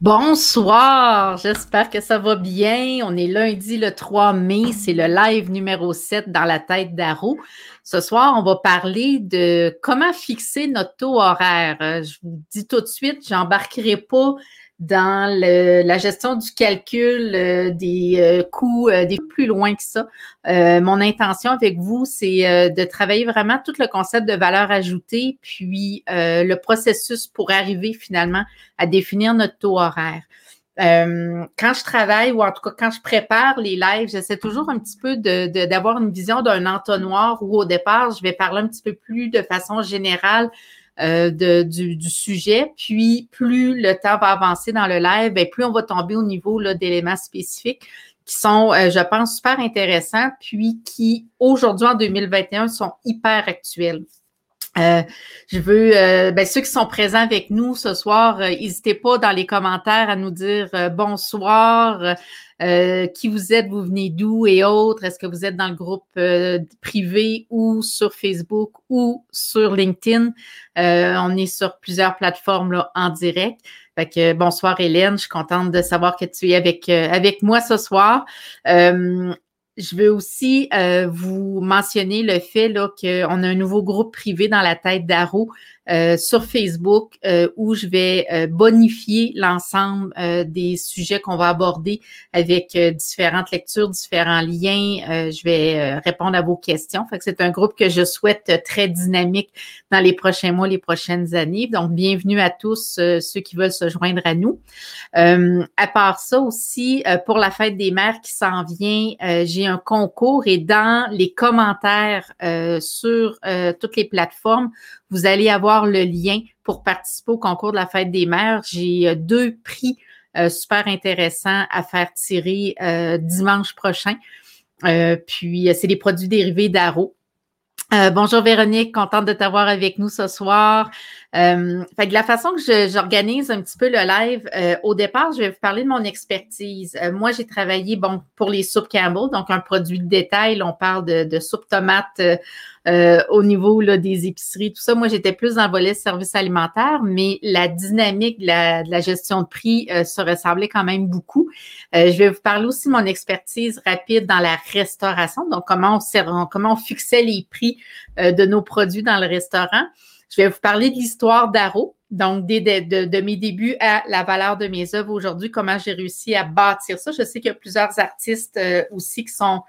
Bonsoir, j'espère que ça va bien. On est lundi le 3 mai, c'est le live numéro 7 dans la tête d'Aro. Ce soir, on va parler de comment fixer notre taux horaire. Je vous dis tout de suite, j'embarquerai pas dans la gestion du calcul des coûts des plus loin que ça. Mon intention avec vous, c'est de travailler vraiment tout le concept de valeur ajoutée, puis le processus pour arriver finalement à définir notre taux horaire. Quand je travaille, ou en tout cas quand je prépare les lives, j'essaie toujours un petit peu d'avoir une vision d'un entonnoir où au départ, je vais parler un petit peu plus de façon générale du sujet. Puis, plus le temps va avancer dans le live, bien, plus on va tomber au niveau là, d'éléments spécifiques qui sont, je pense, super intéressants, puis qui, aujourd'hui, en 2021, sont hyper actuels. Je veux, ceux qui sont présents avec nous ce soir, n'hésitez pas dans les commentaires à nous dire bonsoir, qui vous êtes, vous venez d'où et autres. Est-ce que vous êtes dans le groupe privé ou sur Facebook ou sur LinkedIn? On est sur plusieurs plateformes là, en direct. Fait que bonsoir Hélène, je suis contente de savoir que tu es avec moi ce soir. Je veux aussi vous mentionner le fait là qu'on a un nouveau groupe privé dans la tête d'Aro sur Facebook où je vais bonifier l'ensemble des sujets qu'on va aborder avec différentes lectures, différents liens. Je vais répondre à vos questions. Fait que c'est un groupe que je souhaite très dynamique dans les prochains mois, les prochaines années. Donc, bienvenue à tous ceux qui veulent se joindre à nous. À part ça aussi, pour la fête des mères qui s'en vient, j'ai un concours et dans les commentaires sur toutes les plateformes, vous allez avoir le lien pour participer au concours de la fête des mères. J'ai 2 prix super intéressants à faire tirer dimanche prochain. Puis, c'est des produits dérivés d'Aro. Bonjour Véronique, contente de t'avoir avec nous ce soir. Fait que la façon que j'organise un petit peu le live, au départ, je vais vous parler de mon expertise. Moi, j'ai travaillé pour les soupes Campbell, donc un produit de détail. On parle de soupe tomate au niveau là, des épiceries, tout ça. Moi, j'étais plus dans le volet service alimentaire, mais la dynamique de la gestion de prix se ressemblait quand même beaucoup. Je vais vous parler aussi de mon expertise rapide dans la restauration, donc comment on fixait les prix de nos produits dans le restaurant. Je vais vous parler de l'histoire d'Aro, donc de mes débuts à la valeur de mes œuvres aujourd'hui, comment j'ai réussi à bâtir ça. Je sais qu'il y a plusieurs artistes aussi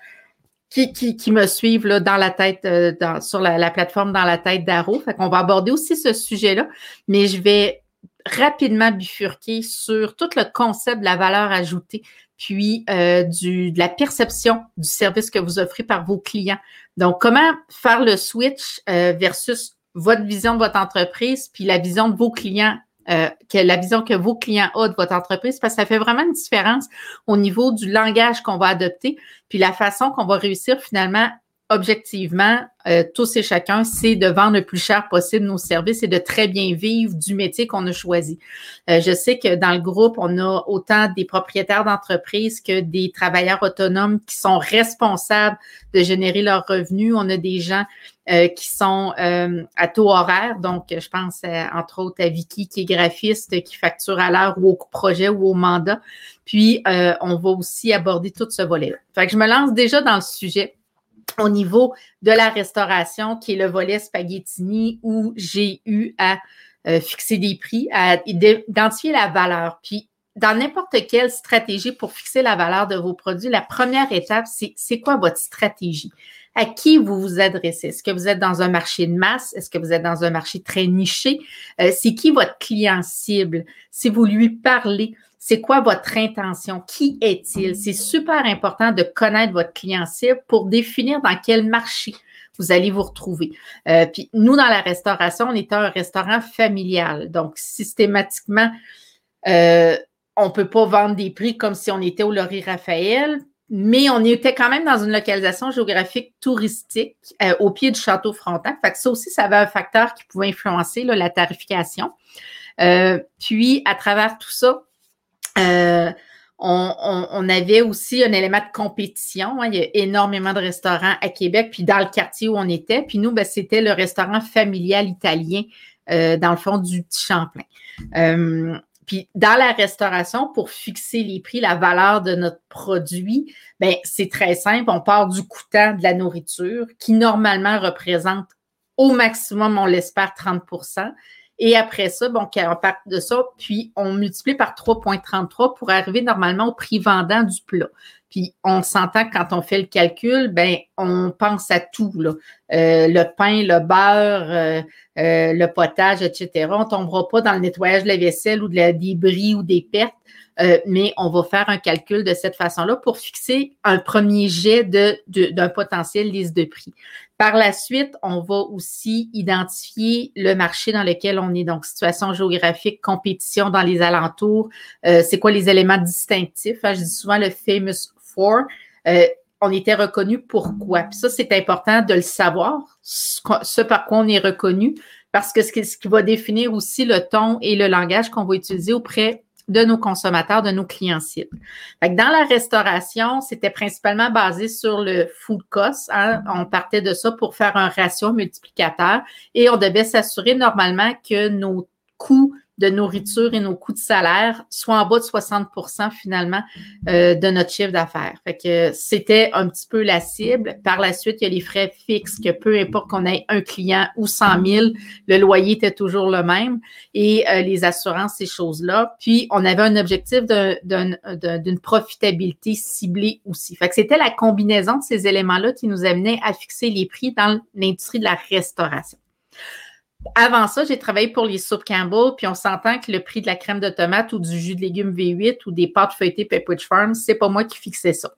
qui me suivent là, dans la tête, sur la plateforme dans la tête d'Aro. Fait qu'on va aborder aussi ce sujet-là, mais je vais rapidement bifurquer sur tout le concept de la valeur ajoutée, puis de la perception du service que vous offrez par vos clients. Donc, comment faire le switch versus votre vision de votre entreprise, puis la vision de vos clients, la vision que vos clients ont de votre entreprise, parce que ça fait vraiment une différence au niveau du langage qu'on va adopter, puis la façon qu'on va réussir finalement objectivement, tous et chacun, c'est de vendre le plus cher possible nos services et de très bien vivre du métier qu'on a choisi. Je sais que dans le groupe, on a autant des propriétaires d'entreprises que des travailleurs autonomes qui sont responsables de générer leurs revenus. On a des gens qui sont à taux horaire. Donc, je pense entre autres à Vicky qui est graphiste, qui facture à l'heure ou au projet ou au mandat. Puis, on va aussi aborder tout ce volet-là. Fait que je me lance déjà dans le sujet au niveau de la restauration, qui est le volet spaghettini, où j'ai eu à fixer des prix, à identifier la valeur. Puis, dans n'importe quelle stratégie pour fixer la valeur de vos produits, la première étape, c'est quoi votre stratégie? À qui vous vous adressez? Est-ce que vous êtes dans un marché de masse? Est-ce que vous êtes dans un marché très niché? C'est qui votre client cible? Si vous lui parlez, c'est quoi votre intention? Qui est-il? C'est super important de connaître votre client cible pour définir dans quel marché vous allez vous retrouver. Puis nous, dans la restauration, on était un restaurant familial. Donc, systématiquement, on ne peut pas vendre des prix comme si on était au Laurier Raphaël, mais on était quand même dans une localisation géographique touristique au pied du Château Frontenac. Fait que ça aussi, ça avait un facteur qui pouvait influencer là, la tarification. Puis, à travers tout ça, on avait aussi un élément de compétition. Hein. Il y a énormément de restaurants à Québec, puis dans le quartier où on était. Puis nous, c'était le restaurant familial italien, dans le fond, du Petit Champlain. Puis dans la restauration, pour fixer les prix, la valeur de notre produit, bien, c'est très simple. On part du coûtant de la nourriture qui normalement représente au maximum, on l'espère, 30%. Et après ça, bon, on part de ça, puis on multiplie par 3,33 pour arriver normalement au prix vendant du plat. Puis on s'entend que quand on fait le calcul, ben on pense à tout, là. Le pain, le beurre, le potage, etc. On ne tombera pas dans le nettoyage de la vaisselle ou des bris ou des pertes, mais on va faire un calcul de cette façon-là pour fixer un premier jet d'un potentiel liste de prix. Par la suite, on va aussi identifier le marché dans lequel on est, donc situation géographique, compétition dans les alentours, c'est quoi les éléments distinctifs. Hein? Je dis souvent le famous four. On était reconnu pourquoi. Puis ça, c'est important de le savoir, ce par quoi on est reconnu, parce que ce qui va définir aussi le ton et le langage qu'on va utiliser auprès de nos consommateurs, de nos clients cibles. Fait que dans la restauration, c'était principalement basé sur le food cost. Hein? On partait de ça pour faire un ratio multiplicateur et on devait s'assurer normalement que nos coûts de nourriture et nos coûts de salaire soient en bas de 60% finalement de notre chiffre d'affaires. Fait que c'était un petit peu la cible. Par la suite, il y a les frais fixes que peu importe qu'on ait un client ou 100 000, le loyer était toujours le même et les assurances, ces choses-là. Puis, on avait un objectif d'une profitabilité ciblée aussi. Fait que c'était la combinaison de ces éléments-là qui nous amenait à fixer les prix dans l'industrie de la restauration. Avant ça, j'ai travaillé pour les soupes Campbell, puis on s'entend que le prix de la crème de tomate ou du jus de légumes V8 ou des pâtes feuilletées Pepperidge Farm, c'est pas moi qui fixais ça.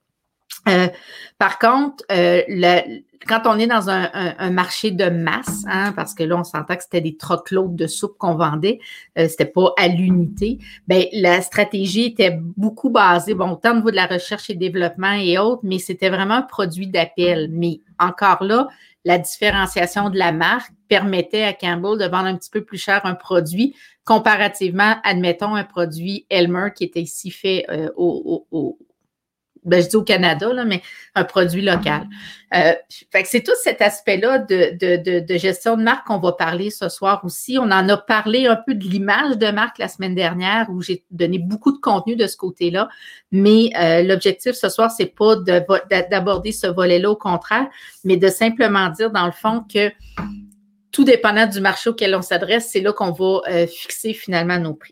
Par contre, quand on est dans un marché de masse, hein, parce que là, on s'entend que c'était des truckloads de soupe qu'on vendait, c'était pas à l'unité, bien, la stratégie était beaucoup basée, bon, autant au niveau de la recherche et développement et autres, mais c'était vraiment un produit d'appel. Mais encore là, la différenciation de la marque permettait à Campbell de vendre un petit peu plus cher un produit comparativement, admettons, un produit Elmer qui était ici fait je dis au Canada, là, mais un produit local. Fait que c'est tout cet aspect-là de gestion de marque qu'on va parler ce soir aussi. On en a parlé un peu de l'image de marque la semaine dernière où j'ai donné beaucoup de contenu de ce côté-là, mais l'objectif ce soir, c'est pas d'aborder ce volet-là, au contraire, mais de simplement dire dans le fond que tout dépendant du marché auquel on s'adresse, c'est là qu'on va fixer finalement nos prix.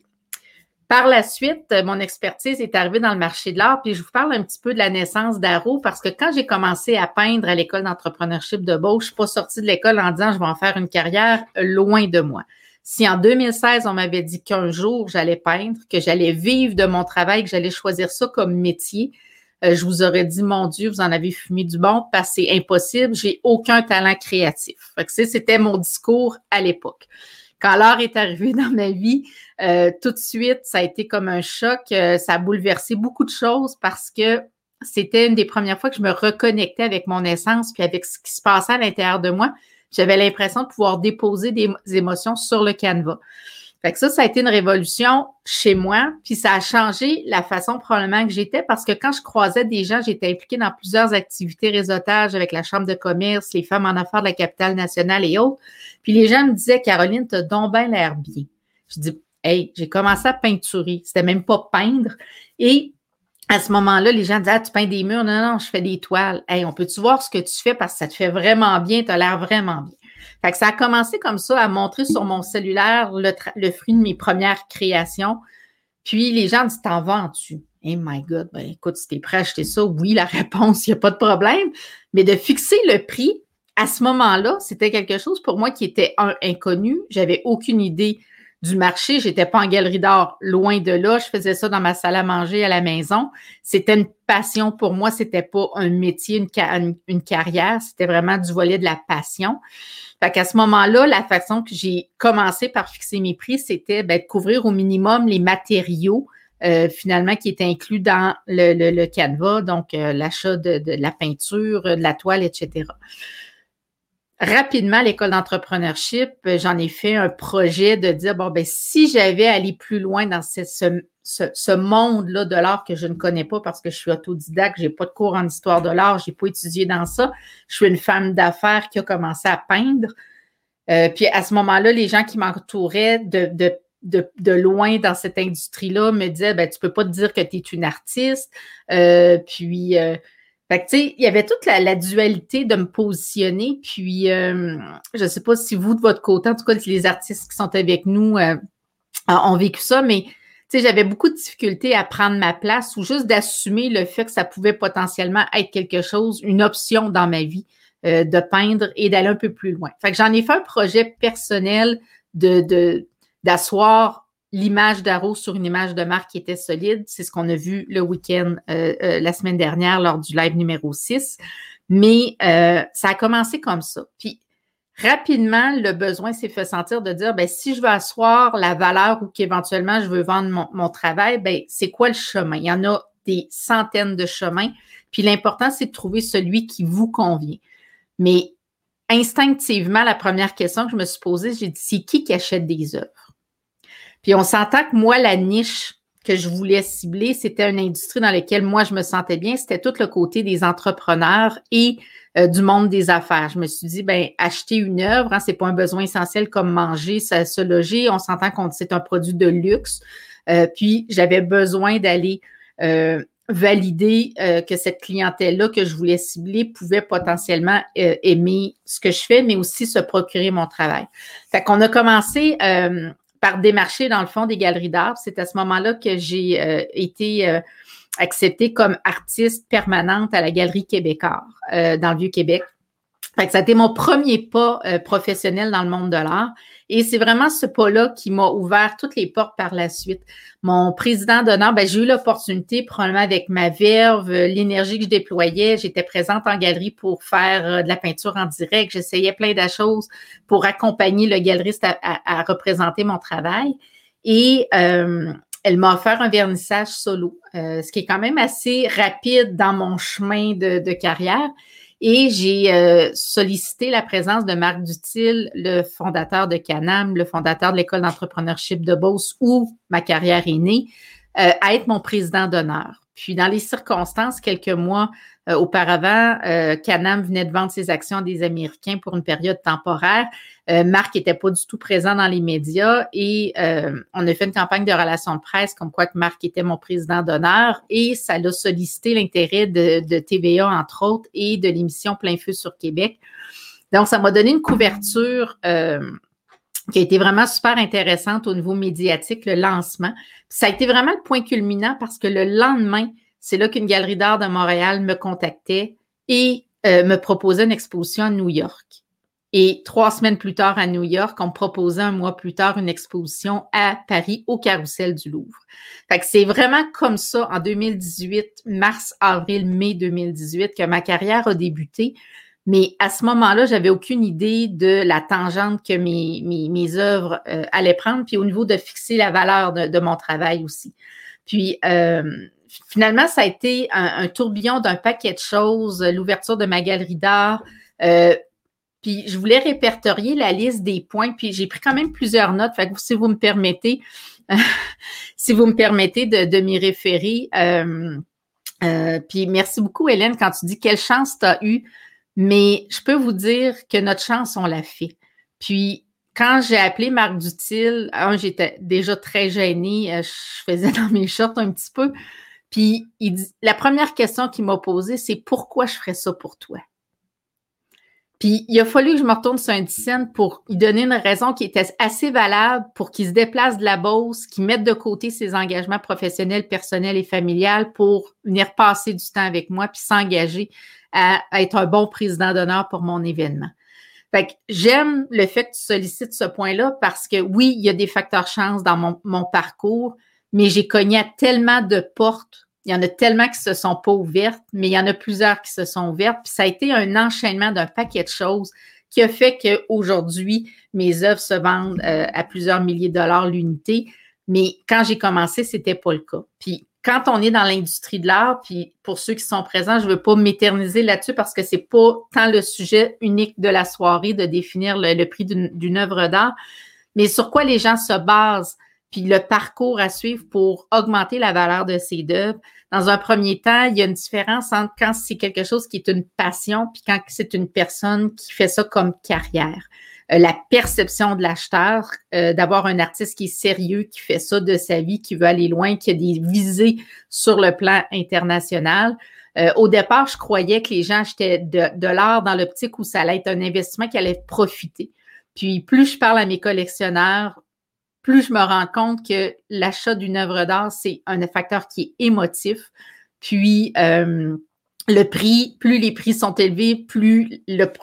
Par la suite, mon expertise est arrivée dans le marché de l'art, puis je vous parle un petit peu de la naissance d'Arrow parce que quand j'ai commencé à peindre à l'école d'entrepreneurship de Beauce, je ne suis pas sortie de l'école en disant je vais en faire une carrière, loin de moi. Si en 2016, on m'avait dit qu'un jour j'allais peindre, que j'allais vivre de mon travail, que j'allais choisir ça comme métier, je vous aurais dit, mon Dieu, vous en avez fumé du bon parce que c'est impossible, j'ai aucun talent créatif. Fait que c'était mon discours à l'époque. Quand l'art est arrivé dans ma vie, tout de suite, ça a été comme un choc. Ça a bouleversé beaucoup de choses parce que c'était une des premières fois que je me reconnectais avec mon essence puis avec ce qui se passait à l'intérieur de moi. J'avais l'impression de pouvoir déposer des émotions sur le canevas. Fait que ça a été une révolution chez moi, puis ça a changé la façon probablement que j'étais parce que quand je croisais des gens, j'étais impliquée dans plusieurs activités réseautage avec la Chambre de commerce, les femmes en affaires de la capitale nationale et autres. Puis les gens me disaient, Caroline, t'as donc bien l'air bien. Je dis, hey, j'ai commencé à peinturer. C'était même pas peindre. Et à ce moment-là, les gens disaient, ah, tu peins des murs. Non, non, je fais des toiles. Hey, on peut-tu voir ce que tu fais parce que ça te fait vraiment bien, tu as l'air vraiment bien. Fait que ça a commencé comme ça à montrer sur mon cellulaire le fruit de mes premières créations. Puis les gens disent, t'en vends-tu? Oh my God, ben écoute, si t'es prêt à acheter ça, oui, la réponse, il n'y a pas de problème. Mais de fixer le prix, à ce moment-là, c'était quelque chose pour moi qui était inconnu. J'avais aucune idée du marché. J'étais pas en galerie d'art, loin de là. Je faisais ça dans ma salle à manger à la maison. C'était une passion pour moi. C'était pas un métier, une carrière. C'était vraiment du volet de la passion. Fait qu'à ce moment-là, la façon que j'ai commencé par fixer mes prix, c'était de couvrir au minimum les matériaux finalement qui étaient inclus dans le canevas, donc l'achat de la peinture, de la toile, etc. Rapidement, à l'école d'entrepreneurship, j'en ai fait un projet de dire, bon, ben si j'avais allé plus loin dans ce monde-là de l'art que je ne connais pas parce que je suis autodidacte, j'ai pas de cours en histoire de l'art, j'ai pas étudié dans ça. Je suis une femme d'affaires qui a commencé à peindre. Puis à ce moment-là, les gens qui m'entouraient de loin dans cette industrie-là me disaient, ben, tu peux pas te dire que tu es une artiste. Fait que, tu sais, il y avait toute la dualité de me positionner. Puis, je ne sais pas si vous, de votre côté, en tout cas, les artistes qui sont avec nous ont vécu ça, mais tu sais, j'avais beaucoup de difficultés à prendre ma place ou juste d'assumer le fait que ça pouvait potentiellement être quelque chose, une option dans ma vie de peindre et d'aller un peu plus loin. Fait que j'en ai fait un projet personnel d'asseoir l'image d'Arrow sur une image de marque qui était solide. C'est ce qu'on a vu le week-end, la semaine dernière, lors du live numéro 6. Mais ça a commencé comme ça. Puis, rapidement, le besoin s'est fait sentir de dire, ben si je veux asseoir la valeur ou qu'éventuellement je veux vendre mon travail, ben c'est quoi le chemin? Il y en a des centaines de chemins. Puis, l'important, c'est de trouver celui qui vous convient. Mais instinctivement, la première question que je me suis posée, j'ai dit, c'est qui achète des œuvres? Puis on s'entend que moi, la niche que je voulais cibler, c'était une industrie dans laquelle moi, je me sentais bien. C'était tout le côté des entrepreneurs et du monde des affaires. Je me suis dit, ben acheter une œuvre, hein, c'est pas un besoin essentiel comme manger, se loger. On s'entend que c'est un produit de luxe. Puis j'avais besoin d'aller valider que cette clientèle-là que je voulais cibler pouvait potentiellement aimer ce que je fais, mais aussi se procurer mon travail. Fait qu'on a commencé par démarcher, dans le fond, des galeries d'art. C'est à ce moment-là que j'ai été acceptée comme artiste permanente à la Galerie Québécois dans le Vieux-Québec. Fait que ça a été mon premier pas professionnel dans le monde de l'art. Et c'est vraiment ce pas-là qui m'a ouvert toutes les portes par la suite. Mon président d'honneur, ben, j'ai eu l'opportunité, probablement avec ma verve, l'énergie que je déployais. J'étais présente en galerie pour faire de la peinture en direct. J'essayais plein de choses pour accompagner le galeriste à représenter mon travail. Et elle m'a offert un vernissage solo, ce qui est quand même assez rapide dans mon chemin de carrière. Et j'ai sollicité la présence de Marc Dutil, le fondateur de Canam, le fondateur de l'école d'entrepreneurship de Beauce, où ma carrière est née, à être mon président d'honneur. Puis, dans les circonstances, quelques mois auparavant, Canam venait de vendre ses actions à des Américains pour une période temporaire. Marc n'était pas du tout présent dans les médias et on a fait une campagne de relations de presse comme quoi que Marc était mon président d'honneur et ça l'a sollicité l'intérêt de TVA, entre autres, et de l'émission Plein Feu sur Québec. Donc, ça m'a donné une couverture qui a été vraiment super intéressante au niveau médiatique, le lancement. Puis ça a été vraiment le point culminant parce que le lendemain, c'est là qu'une galerie d'art de Montréal me contactait et me proposait une exposition à New York. Et 3 semaines plus tard, à New York, on me proposait un mois plus tard une exposition à Paris, au Carrousel du Louvre. Fait que c'est vraiment comme ça, en 2018, mars, avril, mai 2018, que ma carrière a débuté. Mais à ce moment-là, j'avais aucune idée de la tangente que mes œuvres allaient prendre, puis au niveau de fixer la valeur de mon travail aussi. Puis, finalement, ça a été un tourbillon d'un paquet de choses, l'ouverture de ma galerie d'art. Puis, je voulais répertorier la liste des points, puis j'ai pris quand même plusieurs notes. Fait que si vous me permettez, de m'y référer. Puis, merci beaucoup, Hélène, quand tu dis quelle chance tu as eue. Mais je peux vous dire que notre chance, on l'a fait. Puis, quand j'ai appelé Marc Dutil, j'étais déjà très gênée. Je faisais dans mes shorts un petit peu. Puis, la première question qu'il m'a posée, c'est « Pourquoi je ferais ça pour toi? » Puis, il a fallu que je me retourne sur un scène pour lui donner une raison qui était assez valable pour qu'il se déplace de la Beauce, qu'il mette de côté ses engagements professionnels, personnels et familiales pour venir passer du temps avec moi puis s'engager à être un bon président d'honneur pour mon événement. Fait que j'aime le fait que tu sollicites ce point-là parce que oui, il y a des facteurs chance dans mon parcours, mais j'ai cogné à tellement de portes. Il y en a tellement qui se sont pas ouvertes, mais il y en a plusieurs qui se sont ouvertes. Puis ça a été un enchaînement d'un paquet de choses qui a fait qu'aujourd'hui, mes œuvres se vendent à plusieurs milliers de dollars l'unité. Mais quand j'ai commencé, c'était pas le cas. Puis quand on est dans l'industrie de l'art, puis pour ceux qui sont présents, je ne veux pas m'éterniser là-dessus parce que c'est pas tant le sujet unique de la soirée de définir le prix d'une œuvre d'art, mais sur quoi les gens se basent, puis le parcours à suivre pour augmenter la valeur de ces œuvres. Dans un premier temps, il y a une différence entre quand c'est quelque chose qui est une passion puis quand c'est une personne qui fait ça comme carrière. la perception de l'acheteur, d'avoir un artiste qui est sérieux, qui fait ça de sa vie, qui veut aller loin, qui a des visées sur le plan international. Au départ, je croyais que les gens achetaient de l'art dans l'optique où ça allait être un investissement qui allait profiter. Puis plus je parle à mes collectionneurs, plus je me rends compte que l'achat d'une œuvre d'art, c'est un facteur qui est émotif. Puis le prix, plus les prix sont élevés, plus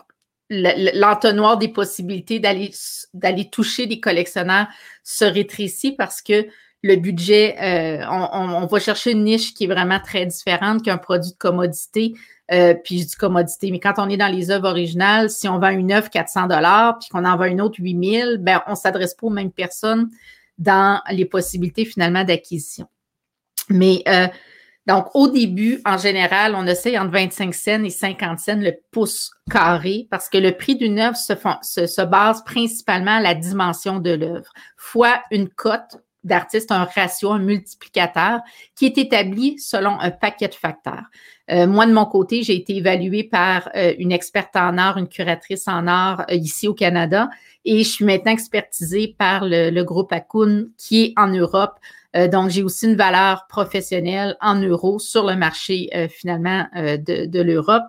l'entonnoir des possibilités d'aller toucher des collectionneurs se rétrécit parce que le budget, on va chercher une niche qui est vraiment très différente qu'un produit de commodité. Puis je dis commodité, mais quand on est dans les œuvres originales, si on vend une œuvre 400 $ puis qu'on en vend une autre 8 000, ben on ne s'adresse pas aux mêmes personnes dans les possibilités finalement d'acquisition. Mais donc, au début, en général, on essaie entre 25 cents et 50 cents le pouce carré parce que le prix d'une œuvre se base principalement à la dimension de l'œuvre, fois une cote d'artiste, un ratio, un multiplicateur qui est établi selon un paquet de facteurs. Moi, de mon côté, j'ai été évaluée par une experte en art, une curatrice en art ici au Canada et je suis maintenant expertisée par le groupe Akun qui est en Europe. Donc, j'ai aussi une valeur professionnelle en euros sur le marché finalement de l'Europe.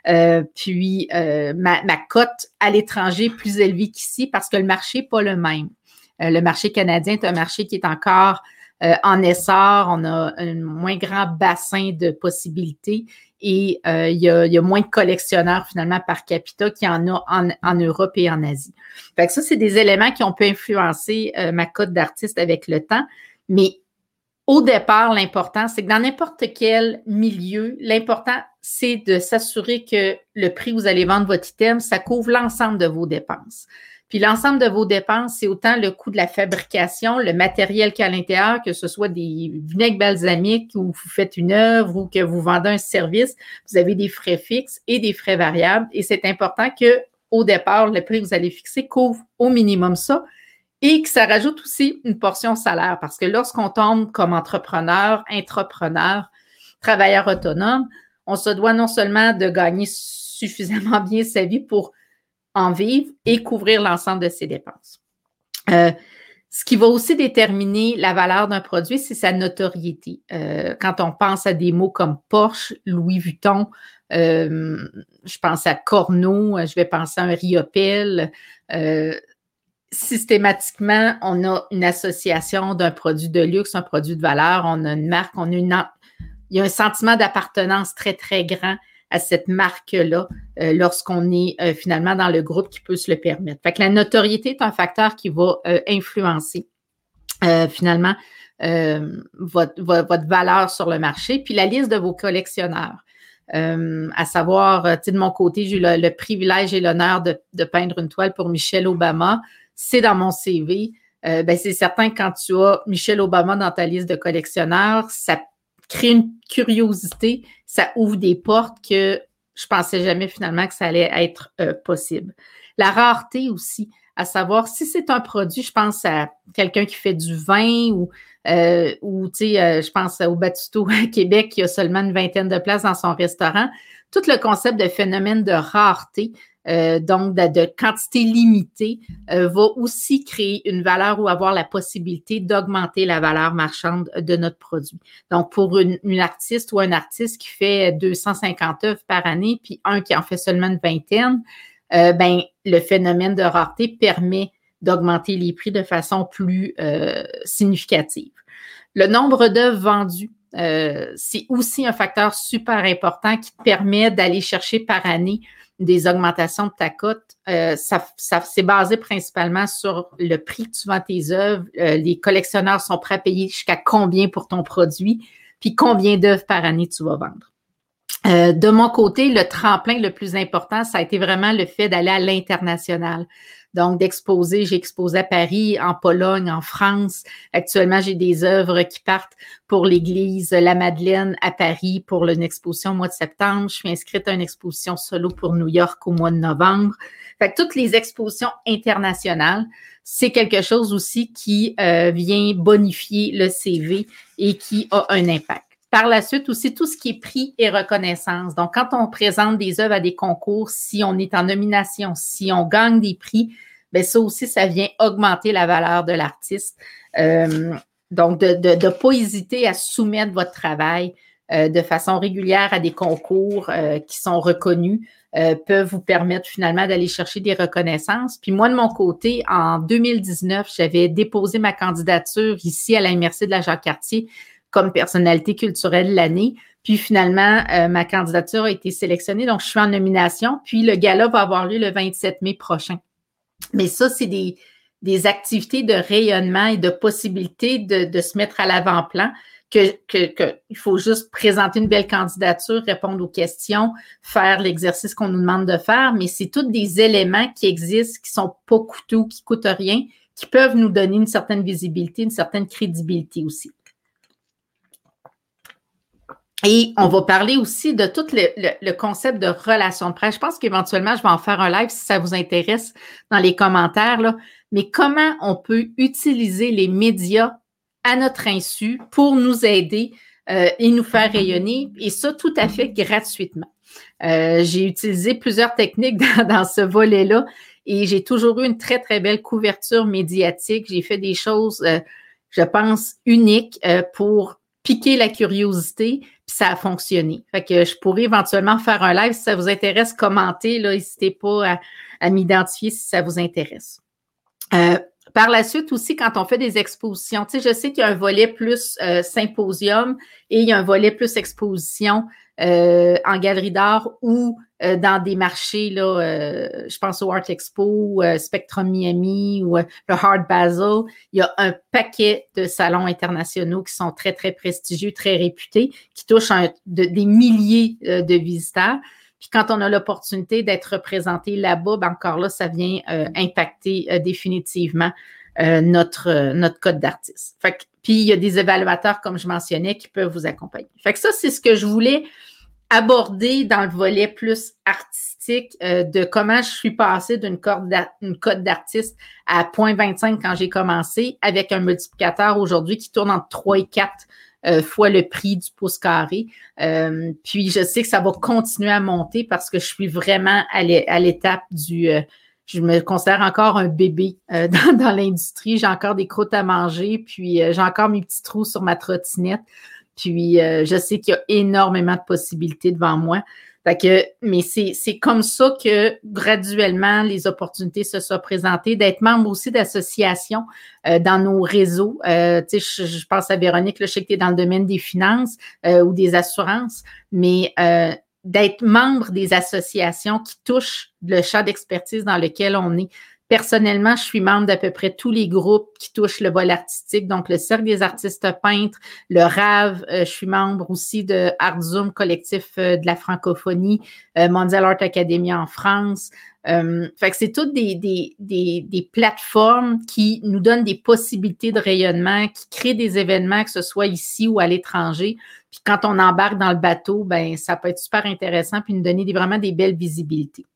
Puis, ma cote à l'étranger est plus élevée qu'ici parce que le marché n'est pas le même. Le marché canadien est un marché qui est encore en essor. On a un moins grand bassin de possibilités et il y a moins de collectionneurs finalement par capita qu'il y en a en Europe et en Asie. Fait que ça, c'est des éléments qui ont pu influencer ma cote d'artiste avec le temps. Mais au départ, l'important, c'est que dans n'importe quel milieu, l'important, c'est de s'assurer que le prix où vous allez vendre votre item, ça couvre l'ensemble de vos dépenses. Puis l'ensemble de vos dépenses, c'est autant le coût de la fabrication, le matériel qu'il y a à l'intérieur, que ce soit des vinaigres balsamiques ou vous faites une œuvre ou que vous vendez un service, vous avez des frais fixes et des frais variables. Et c'est important qu'au départ, le prix que vous allez fixer couvre au minimum ça et que ça rajoute aussi une portion salaire. Parce que lorsqu'on tombe comme entrepreneur, intrapreneur, travailleur autonome, on se doit non seulement de gagner suffisamment bien sa vie pour en vivre et couvrir l'ensemble de ses dépenses. Ce qui va aussi déterminer la valeur d'un produit, c'est sa notoriété. Quand on pense à des mots comme Porsche, Louis Vuitton, je pense à Corneau, je vais penser à un Riopel. Systématiquement, on a une association d'un produit de luxe, un produit de valeur, on a une marque, il y a un sentiment d'appartenance très, très grand à cette marque-là lorsqu'on est finalement dans le groupe qui peut se le permettre. Fait que la notoriété est un facteur qui va influencer finalement votre valeur sur le marché. Puis la liste de vos collectionneurs. À savoir, de mon côté, j'ai eu le privilège et l'honneur de peindre une toile pour Michelle Obama. C'est dans mon CV. C'est certain que quand tu as Michelle Obama dans ta liste de collectionneurs, ça crée une curiosité, ça ouvre des portes que je pensais jamais finalement que ça allait être possible. La rareté aussi, à savoir si c'est un produit, je pense à quelqu'un qui fait du vin ou tu sais, je pense au Batuto à Québec qui a seulement une 20aine de places dans son restaurant. Tout le concept de phénomène de rareté, donc de quantité limitée, va aussi créer une valeur ou avoir la possibilité d'augmenter la valeur marchande de notre produit. Donc, pour une artiste ou un artiste qui fait 250 œuvres par année, puis un qui en fait seulement une vingtaine, le phénomène de rareté permet d'augmenter les prix de façon plus significative. Le nombre d'œuvres vendues, c'est aussi un facteur super important qui te permet d'aller chercher par année des augmentations de ta cote. Ça c'est basé principalement sur le prix que tu vends tes œuvres. Les collectionneurs sont prêts à payer jusqu'à combien pour ton produit, puis combien d'œuvres par année tu vas vendre. De mon côté, le tremplin le plus important, ça a été vraiment le fait d'aller à l'international. Donc, d'exposer, j'ai exposé à Paris, en Pologne, en France. Actuellement, j'ai des œuvres qui partent pour l'église La Madeleine à Paris pour une exposition au mois de septembre. Je suis inscrite à une exposition solo pour New York au mois de novembre. Fait que toutes les expositions internationales, c'est quelque chose aussi qui vient bonifier le CV et qui a un impact. Par la suite, aussi, tout ce qui est prix et reconnaissance. Donc, quand on présente des œuvres à des concours, si on est en nomination, si on gagne des prix, bien ça aussi, ça vient augmenter la valeur de l'artiste. Donc, de ne pas hésiter à soumettre votre travail de façon régulière à des concours qui sont reconnus, peuvent vous permettre finalement d'aller chercher des reconnaissances. Puis moi, de mon côté, en 2019, j'avais déposé ma candidature ici à la MRC de la Jacques-Cartier comme personnalité culturelle de l'année. Puis finalement, ma candidature a été sélectionnée, donc je suis en nomination. Puis le gala va avoir lieu le 27 mai prochain. Mais ça, c'est des activités de rayonnement et de possibilités de se mettre à l'avant-plan. Il faut juste présenter une belle candidature, répondre aux questions, faire l'exercice qu'on nous demande de faire, mais c'est tous des éléments qui existent, qui sont pas coûteux, qui coûtent rien, qui peuvent nous donner une certaine visibilité, une certaine crédibilité aussi. Et on va parler aussi de tout le concept de relation de presse. Je pense qu'éventuellement, je vais en faire un live si ça vous intéresse dans les commentaires, là. Mais comment on peut utiliser les médias à notre insu pour nous aider et nous faire rayonner, et ça tout à fait gratuitement. J'ai utilisé plusieurs techniques dans ce volet-là et j'ai toujours eu une très, très belle couverture médiatique. J'ai fait des choses, je pense, uniques pour piquer la curiosité, puis ça a fonctionné. Fait que je pourrais éventuellement faire un live si ça vous intéresse, commentez, là, n'hésitez pas à m'identifier si ça vous intéresse. Par la suite aussi, quand on fait des expositions, tu sais, je sais qu'il y a un volet plus symposium et il y a un volet plus exposition en galerie d'art ou dans des marchés, là, je pense au Art Expo, Spectrum Miami ou le Art Basel. Il y a un paquet de salons internationaux qui sont très, très prestigieux, très réputés, qui touchent des milliers de visiteurs. Puis quand on a l'opportunité d'être représenté là-bas, ben encore là, ça vient impacter définitivement notre code d'artiste. Puis il y a des évaluateurs, comme je mentionnais, qui peuvent vous accompagner. Fait que ça, c'est ce que je voulais aborder dans le volet plus artistique de comment je suis passée d'une cote d'artiste à 0,25 quand j'ai commencé, avec un multiplicateur aujourd'hui qui tourne entre 3 et 4 fois le prix du pouce carré. Puis je sais que ça va continuer à monter parce que je suis vraiment à l'étape je me considère encore un bébé dans l'industrie. J'ai encore des croûtes à manger, puis j'ai encore mes petits trous sur ma trottinette. Puis je sais qu'il y a énormément de possibilités devant moi. Mais c'est comme ça que graduellement, les opportunités se sont présentées, d'être membre aussi d'associations dans nos réseaux. Tu sais, je pense à Véronique, là, je sais que tu es dans le domaine des finances ou des assurances, mais d'être membre des associations qui touchent le champ d'expertise dans lequel on est. Personnellement, je suis membre d'à peu près tous les groupes qui touchent le volet artistique, donc le Cercle des artistes peintres, le RAV, je suis membre aussi de Art Zoom, collectif de la francophonie, Mondial Art Academy en France. Fait que c'est toutes des plateformes qui nous donnent des possibilités de rayonnement, qui créent des événements, que ce soit ici ou à l'étranger. Puis quand on embarque dans le bateau, ben ça peut être super intéressant puis nous donner vraiment des belles visibilités.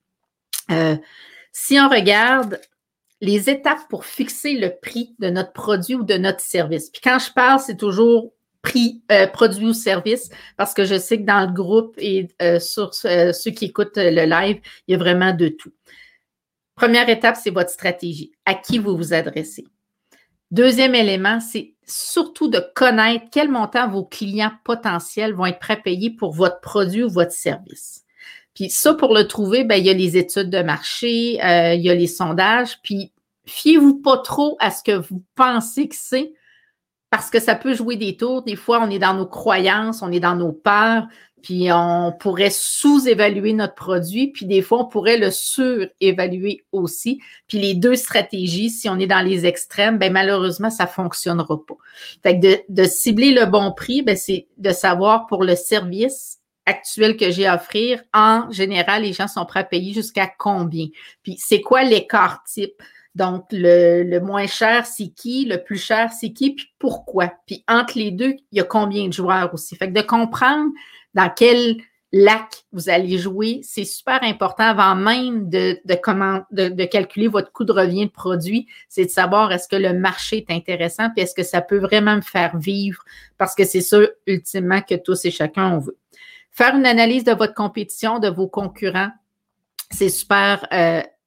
Si on regarde les étapes pour fixer le prix de notre produit ou de notre service. Puis quand je parle, c'est toujours prix, produit ou service, parce que je sais que dans le groupe et sur ceux qui écoutent le live, il y a vraiment de tout. Première étape, c'est votre stratégie. À qui vous vous adressez? Deuxième élément, c'est surtout de connaître quel montant vos clients potentiels vont être prêts à payer pour votre produit ou votre service. Puis ça, pour le trouver, ben, il y a les études de marché, il y a les sondages, puis fiez-vous pas trop à ce que vous pensez que c'est, parce que ça peut jouer des tours. Des fois, on est dans nos croyances, on est dans nos peurs, puis on pourrait sous-évaluer notre produit, puis des fois, on pourrait le surévaluer aussi. Puis les deux stratégies, si on est dans les extrêmes, ben malheureusement, ça fonctionnera pas. Fait que de cibler le bon prix, ben c'est de savoir pour le service actuel que j'ai à offrir, en général, les gens sont prêts à payer jusqu'à combien? Puis, c'est quoi l'écart type? Donc, le moins cher, c'est qui? Le plus cher, c'est qui? Puis, pourquoi? Puis, entre les deux, il y a combien de joueurs aussi? Fait que de comprendre dans quel lac vous allez jouer, c'est super important avant même de calculer votre coût de revient de produit. C'est de savoir est-ce que le marché est intéressant puis est-ce que ça peut vraiment me faire vivre? Parce que c'est ça, ultimement, que tous et chacun, on veut. Faire une analyse de votre compétition, de vos concurrents, c'est super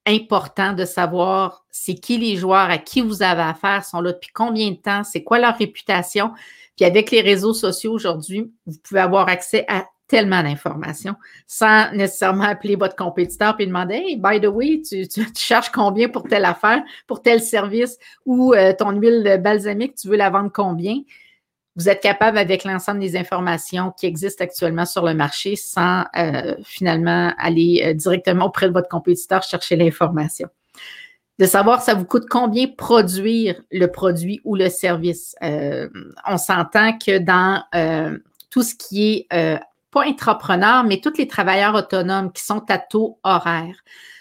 important de savoir c'est qui les joueurs à qui vous avez affaire, sont là depuis combien de temps, c'est quoi leur réputation. Puis avec les réseaux sociaux aujourd'hui, vous pouvez avoir accès à tellement d'informations sans nécessairement appeler votre compétiteur et demander « Hey, by the way, tu cherches combien pour telle affaire, pour tel service ou ton huile balsamique, tu veux la vendre combien? » Vous êtes capable avec l'ensemble des informations qui existent actuellement sur le marché sans finalement aller directement auprès de votre compétiteur chercher l'information. De savoir ça vous coûte combien produire le produit ou le service. On s'entend que dans tout ce qui est pas intrapreneur, mais tous les travailleurs autonomes qui sont à taux horaire.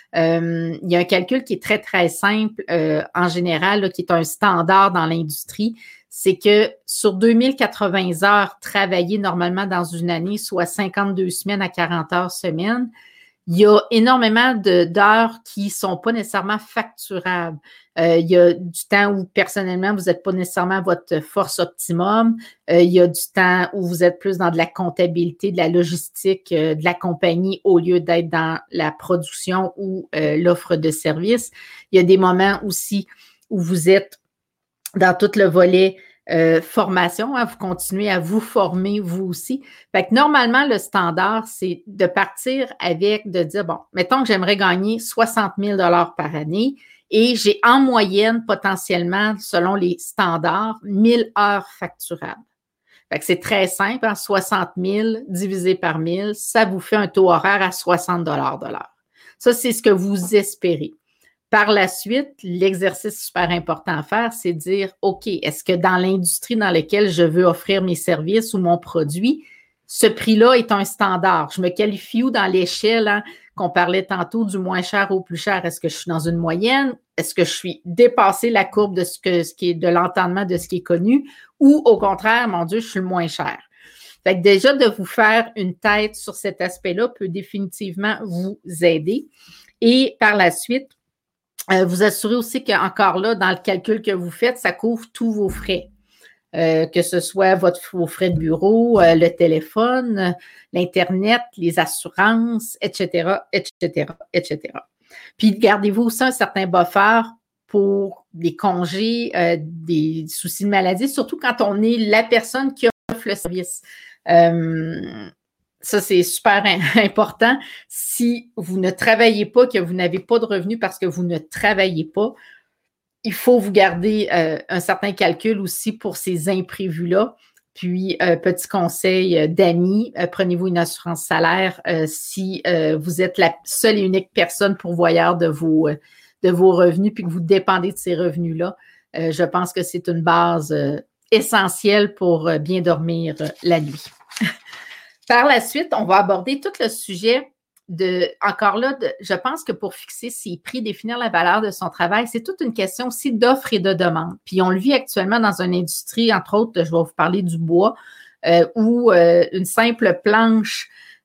Il y a un calcul qui est très, très simple en général, là, qui est un standard dans l'industrie. C'est que sur 2080 heures travaillées normalement dans une année, soit 52 semaines à 40 heures semaine, il y a énormément d'heures qui ne sont pas nécessairement facturables. Il y a du temps où, personnellement, vous n'êtes pas nécessairement à votre force optimum. Il y a du temps où vous êtes plus dans de la comptabilité, de la logistique de la compagnie au lieu d'être dans la production ou l'offre de service. Il y a des moments aussi où vous êtes dans tout le volet formation, hein, vous continuez à vous former vous aussi. Fait que normalement, le standard, c'est de partir avec, de dire, bon, mettons que j'aimerais gagner 60 000 par année et j'ai en moyenne, potentiellement, selon les standards, 1000 heures facturables. Fait que c'est très simple, hein, 60 000 divisé par 1000, ça vous fait un taux horaire à 60 de l'heure. Ça, c'est ce que vous espérez. Par la suite, l'exercice super important à faire, c'est de dire, OK, est-ce que dans l'industrie dans laquelle je veux offrir mes services ou mon produit, ce prix-là est un standard? Je me qualifie où dans l'échelle hein, qu'on parlait tantôt du moins cher au plus cher? Est-ce que je suis dans une moyenne? Est-ce que je suis dépassé la courbe de ce qui est de l'entendement de ce qui est connu? Ou au contraire, mon Dieu, je suis le moins cher? Fait que déjà, de vous faire une tête sur cet aspect-là peut définitivement vous aider. Et par la suite, vous assurez aussi qu'encore là, dans le calcul que vous faites, ça couvre tous vos frais. Que ce soit vos frais de bureau, le téléphone, l'Internet, les assurances, etc., etc., etc. Puis, gardez-vous aussi un certain buffer pour des congés, des soucis de maladie, surtout quand on est la personne qui offre le service. Ça, c'est super important. Si vous ne travaillez pas, que vous n'avez pas de revenus parce que vous ne travaillez pas, il faut vous garder un certain calcul aussi pour ces imprévus-là. Puis, petit conseil d'amis, prenez-vous une assurance salaire si vous êtes la seule et unique personne pourvoyeur de vos revenus puis que vous dépendez de ces revenus-là. Je pense que c'est une base essentielle pour bien dormir la nuit. Par la suite, on va aborder tout le sujet encore là, je pense que pour fixer ses prix, définir la valeur de son travail, c'est toute une question aussi d'offre et de demande. Puis on le vit actuellement dans une industrie, entre autres, je vais vous parler du bois, où une simple planche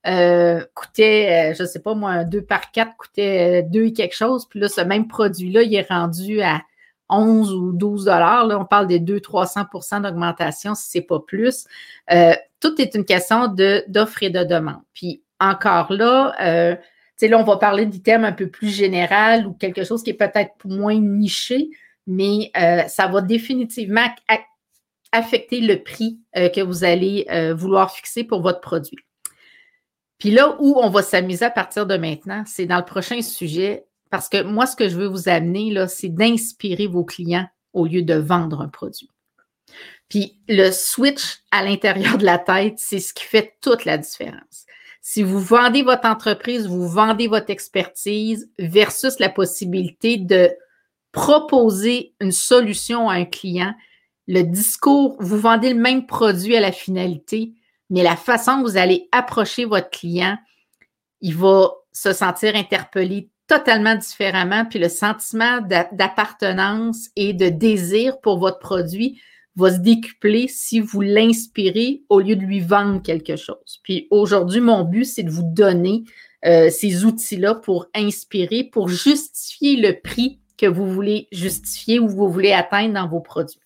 coûtait, je ne sais pas moi, un 2x4 coûtait 2 et quelque chose. Puis là, ce même produit-là, il est rendu à 11 ou 12 $. Là, on parle de 200-300% d'augmentation, si ce n'est pas plus. Tout est une question d'offre et de demande. Puis encore là, là, on va parler d'items un peu plus général ou quelque chose qui est peut-être moins niché, mais ça va définitivement affecter le prix que vous allez vouloir fixer pour votre produit. Puis là où on va s'amuser à partir de maintenant, c'est dans le prochain sujet, parce que moi, ce que je veux vous amener, là, c'est d'inspirer vos clients au lieu de vendre un produit. Puis le switch à l'intérieur de la tête, c'est ce qui fait toute la différence. Si vous vendez votre entreprise, vous vendez votre expertise versus la possibilité de proposer une solution à un client, le discours, vous vendez le même produit à la finalité, mais la façon que vous allez approcher votre client, il va se sentir interpellé totalement différemment, puis le sentiment d'appartenance et de désir pour votre produit va se décupler si vous l'inspirez au lieu de lui vendre quelque chose. Puis aujourd'hui, mon but, c'est de vous donner ces outils-là pour inspirer, pour justifier le prix que vous voulez justifier ou vous voulez atteindre dans vos produits.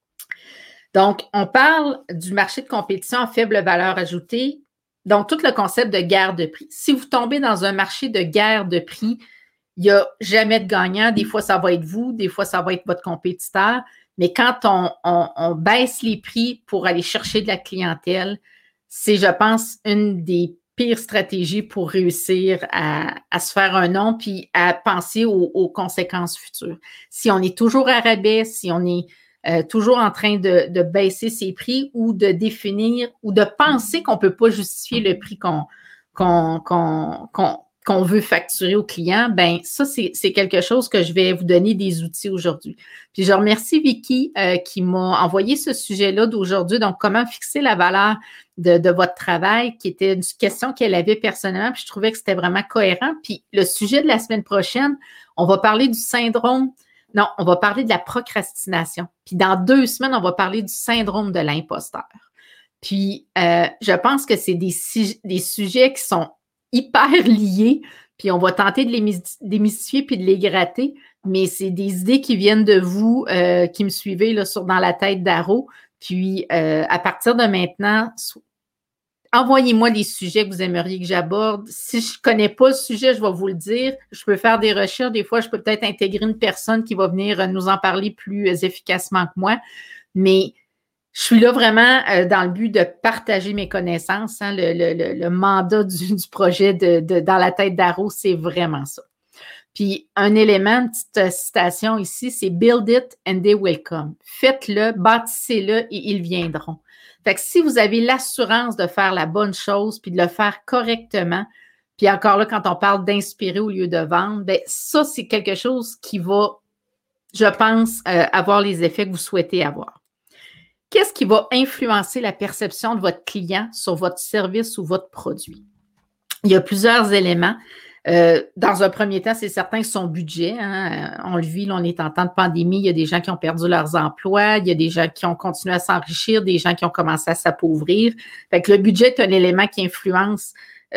Donc, on parle du marché de compétition à faible valeur ajoutée. Donc, tout le concept de guerre de prix. Si vous tombez dans un marché de guerre de prix, il n'y a jamais de gagnant. Des fois, ça va être vous, des fois, ça va être votre compétiteur. Mais quand on baisse les prix pour aller chercher de la clientèle, c'est, je pense, une des pires stratégies pour réussir à se faire un nom puis à penser aux conséquences futures. Si on est toujours à rabais, si on est toujours en train de baisser ses prix ou de définir ou de penser qu'on ne peut pas justifier le prix qu'on veut facturer au client, ben ça, c'est quelque chose que je vais vous donner des outils aujourd'hui. Puis je remercie Vicky qui m'a envoyé ce sujet-là d'aujourd'hui, donc comment fixer la valeur de votre travail, qui était une question qu'elle avait personnellement, puis je trouvais que c'était vraiment cohérent. Puis le sujet de la semaine prochaine, on va parler du syndrome, non, on va parler de la procrastination. Puis dans 2 semaines, on va parler du syndrome de l'imposteur. Puis je pense que c'est des sujets qui sont hyper liés, puis on va tenter de les démystifier puis de les gratter, mais c'est des idées qui viennent de vous, qui me suivez là, dans la tête d'Aro. Puis, à partir de maintenant, envoyez-moi des sujets que vous aimeriez que j'aborde. Si je ne connais pas le sujet, je vais vous le dire. Je peux faire des recherches. Des fois, je peux peut-être intégrer une personne qui va venir nous en parler plus efficacement que moi. Mais je suis là vraiment dans le but de partager mes connaissances. Hein. Le mandat du projet dans la tête d'Aro, c'est vraiment ça. Puis, un élément, une petite citation ici, c'est « Build it and they will come ». Faites-le, bâtissez-le et ils viendront. Fait que si vous avez l'assurance de faire la bonne chose puis de le faire correctement, puis encore là, quand on parle d'inspirer au lieu de vendre, bien ça, c'est quelque chose qui va, je pense, avoir les effets que vous souhaitez avoir. Qu'est-ce qui va influencer la perception de votre client sur votre service ou votre produit? Il y a plusieurs éléments. Dans un premier temps, c'est certain que son budget, hein, on le vit, là, on est en temps de pandémie, il y a des gens qui ont perdu leurs emplois, il y a des gens qui ont continué à s'enrichir, des gens qui ont commencé à s'appauvrir. Fait que le budget est un élément qui influence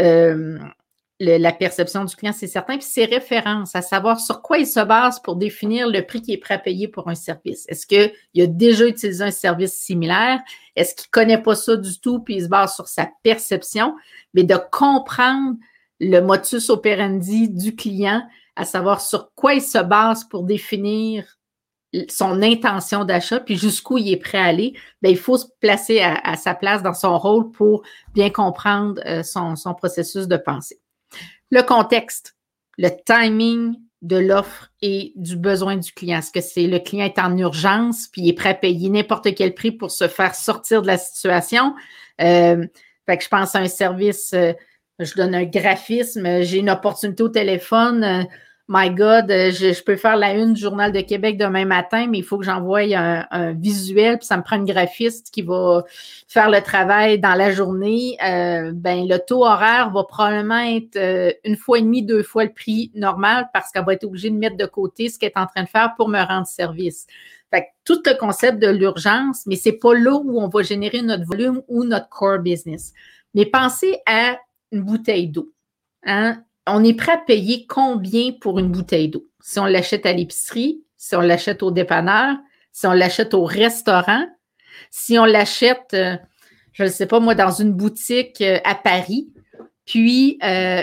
la perception du client, c'est certain, puis ses références, à savoir sur quoi il se base pour définir le prix qu'il est prêt à payer pour un service. Est-ce qu'il a déjà utilisé un service similaire? Est-ce qu'il ne connaît pas ça du tout, puis il se base sur sa perception? Mais de comprendre le motus operandi du client, à savoir sur quoi il se base pour définir son intention d'achat, puis jusqu'où il est prêt à aller, bien, il faut se placer à sa place dans son rôle pour bien comprendre son processus de pensée. Le contexte, le timing de l'offre et du besoin du client. Est-ce que c'est le client est en urgence, puis il est prêt à payer n'importe quel prix pour se faire sortir de la situation? Fait que je pense à un service... je donne un graphisme, j'ai une opportunité au téléphone. My God, je peux faire la une du Journal de Québec demain matin, mais il faut que j'envoie un visuel, puis ça me prend une graphiste qui va faire le travail dans la journée. Ben, le taux horaire va probablement être 1,5 fois, 2 fois le prix normal parce qu'elle va être obligée de mettre de côté ce qu'elle est en train de faire pour me rendre service. Fait que tout le concept de l'urgence, mais c'est pas là où on va générer notre volume ou notre core business. Mais pensez à une bouteille d'eau. Hein? On est prêt à payer combien pour une bouteille d'eau? Si on l'achète à l'épicerie, si on l'achète au dépanneur, si on l'achète au restaurant, si on l'achète, je ne sais pas moi, dans une boutique à Paris, puis,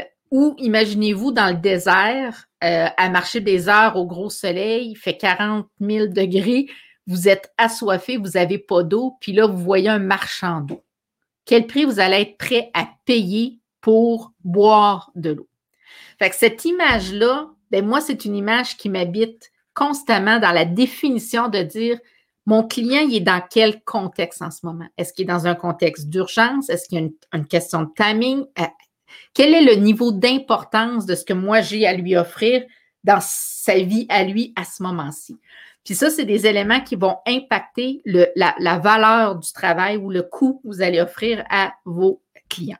ou imaginez-vous dans le désert, à marcher des heures au gros soleil, il fait 40 000 degrés, vous êtes assoiffé, vous n'avez pas d'eau, puis là, vous voyez un marchand d'eau. Quel prix vous allez être prêt à payer pour boire de l'eau? Fait que cette image-là, ben moi, c'est une image qui m'habite constamment dans la définition de dire mon client, il est dans quel contexte en ce moment? Est-ce qu'il est dans un contexte d'urgence? Est-ce qu'il y a une question de timing? Quel est le niveau d'importance de ce que moi j'ai à lui offrir dans sa vie à lui à ce moment-ci? Puis ça, c'est des éléments qui vont impacter la valeur du travail ou le coût que vous allez offrir à vos clients.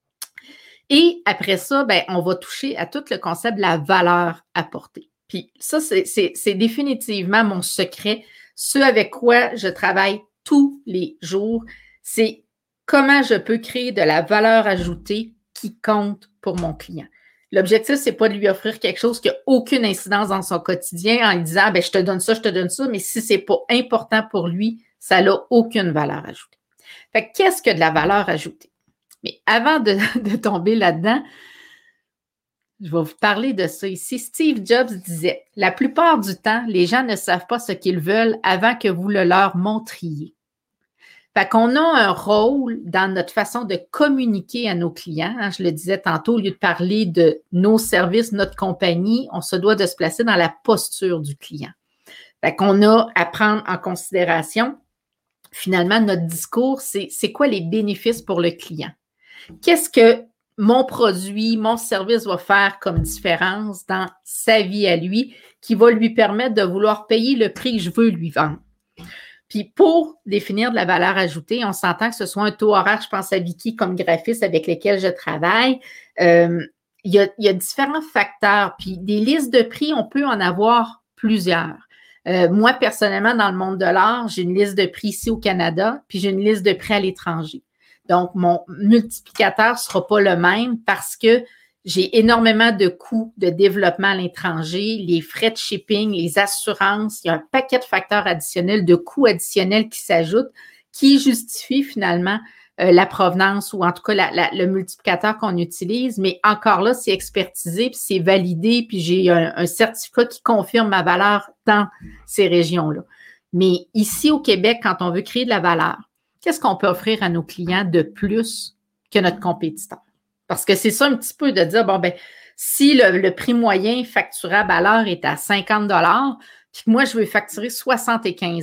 Et après ça, ben, on va toucher à tout le concept de la valeur apportée. Puis ça, c'est définitivement mon secret. Ce avec quoi je travaille tous les jours, c'est comment je peux créer de la valeur ajoutée qui compte pour mon client. L'objectif, c'est pas de lui offrir quelque chose qui n'a aucune incidence dans son quotidien en lui disant, ben, je te donne ça, mais si c'est pas important pour lui, ça n'a aucune valeur ajoutée. Fait que qu'est-ce que de la valeur ajoutée? Mais avant de tomber là-dedans, Je vais vous parler de ça ici. Steve Jobs disait, « La plupart du temps, les gens ne savent pas ce qu'ils veulent avant que vous le leur montriez. » Fait qu'on a un rôle dans notre façon de communiquer à nos clients. Hein, je le disais tantôt, au lieu de parler de nos services, notre compagnie, on se doit de se placer dans la posture du client. Fait qu'on a à prendre en considération, finalement, notre discours, c'est quoi les bénéfices pour le client? Qu'est-ce que mon produit, mon service va faire comme différence dans sa vie à lui qui va lui permettre de vouloir payer le prix que je veux lui vendre? Puis pour définir de la valeur ajoutée, on s'entend que ce soit un taux horaire, je pense à Vicky comme graphiste avec lesquels je travaille. Il y a différents facteurs. Puis des listes de prix, on peut en avoir plusieurs. Moi, personnellement, dans le monde de l'art, j'ai une liste de prix ici au Canada, puis j'ai une liste de prix à l'étranger. Donc, mon multiplicateur ne sera pas le même parce que j'ai énormément de coûts de développement à l'étranger, les frais de shipping, les assurances. Il y a un paquet de facteurs additionnels, de coûts additionnels qui s'ajoutent, qui justifient finalement la provenance ou en tout cas le multiplicateur qu'on utilise. Mais encore là, c'est expertisé, puis c'est validé, puis j'ai un certificat qui confirme ma valeur dans ces régions-là. Mais ici au Québec, quand on veut créer de la valeur, qu'est-ce qu'on peut offrir à nos clients de plus que notre compétiteur? Parce que c'est ça un petit peu de dire, bon, ben, si le prix moyen facturable à l'heure est à 50 puis que moi, je veux facturer 75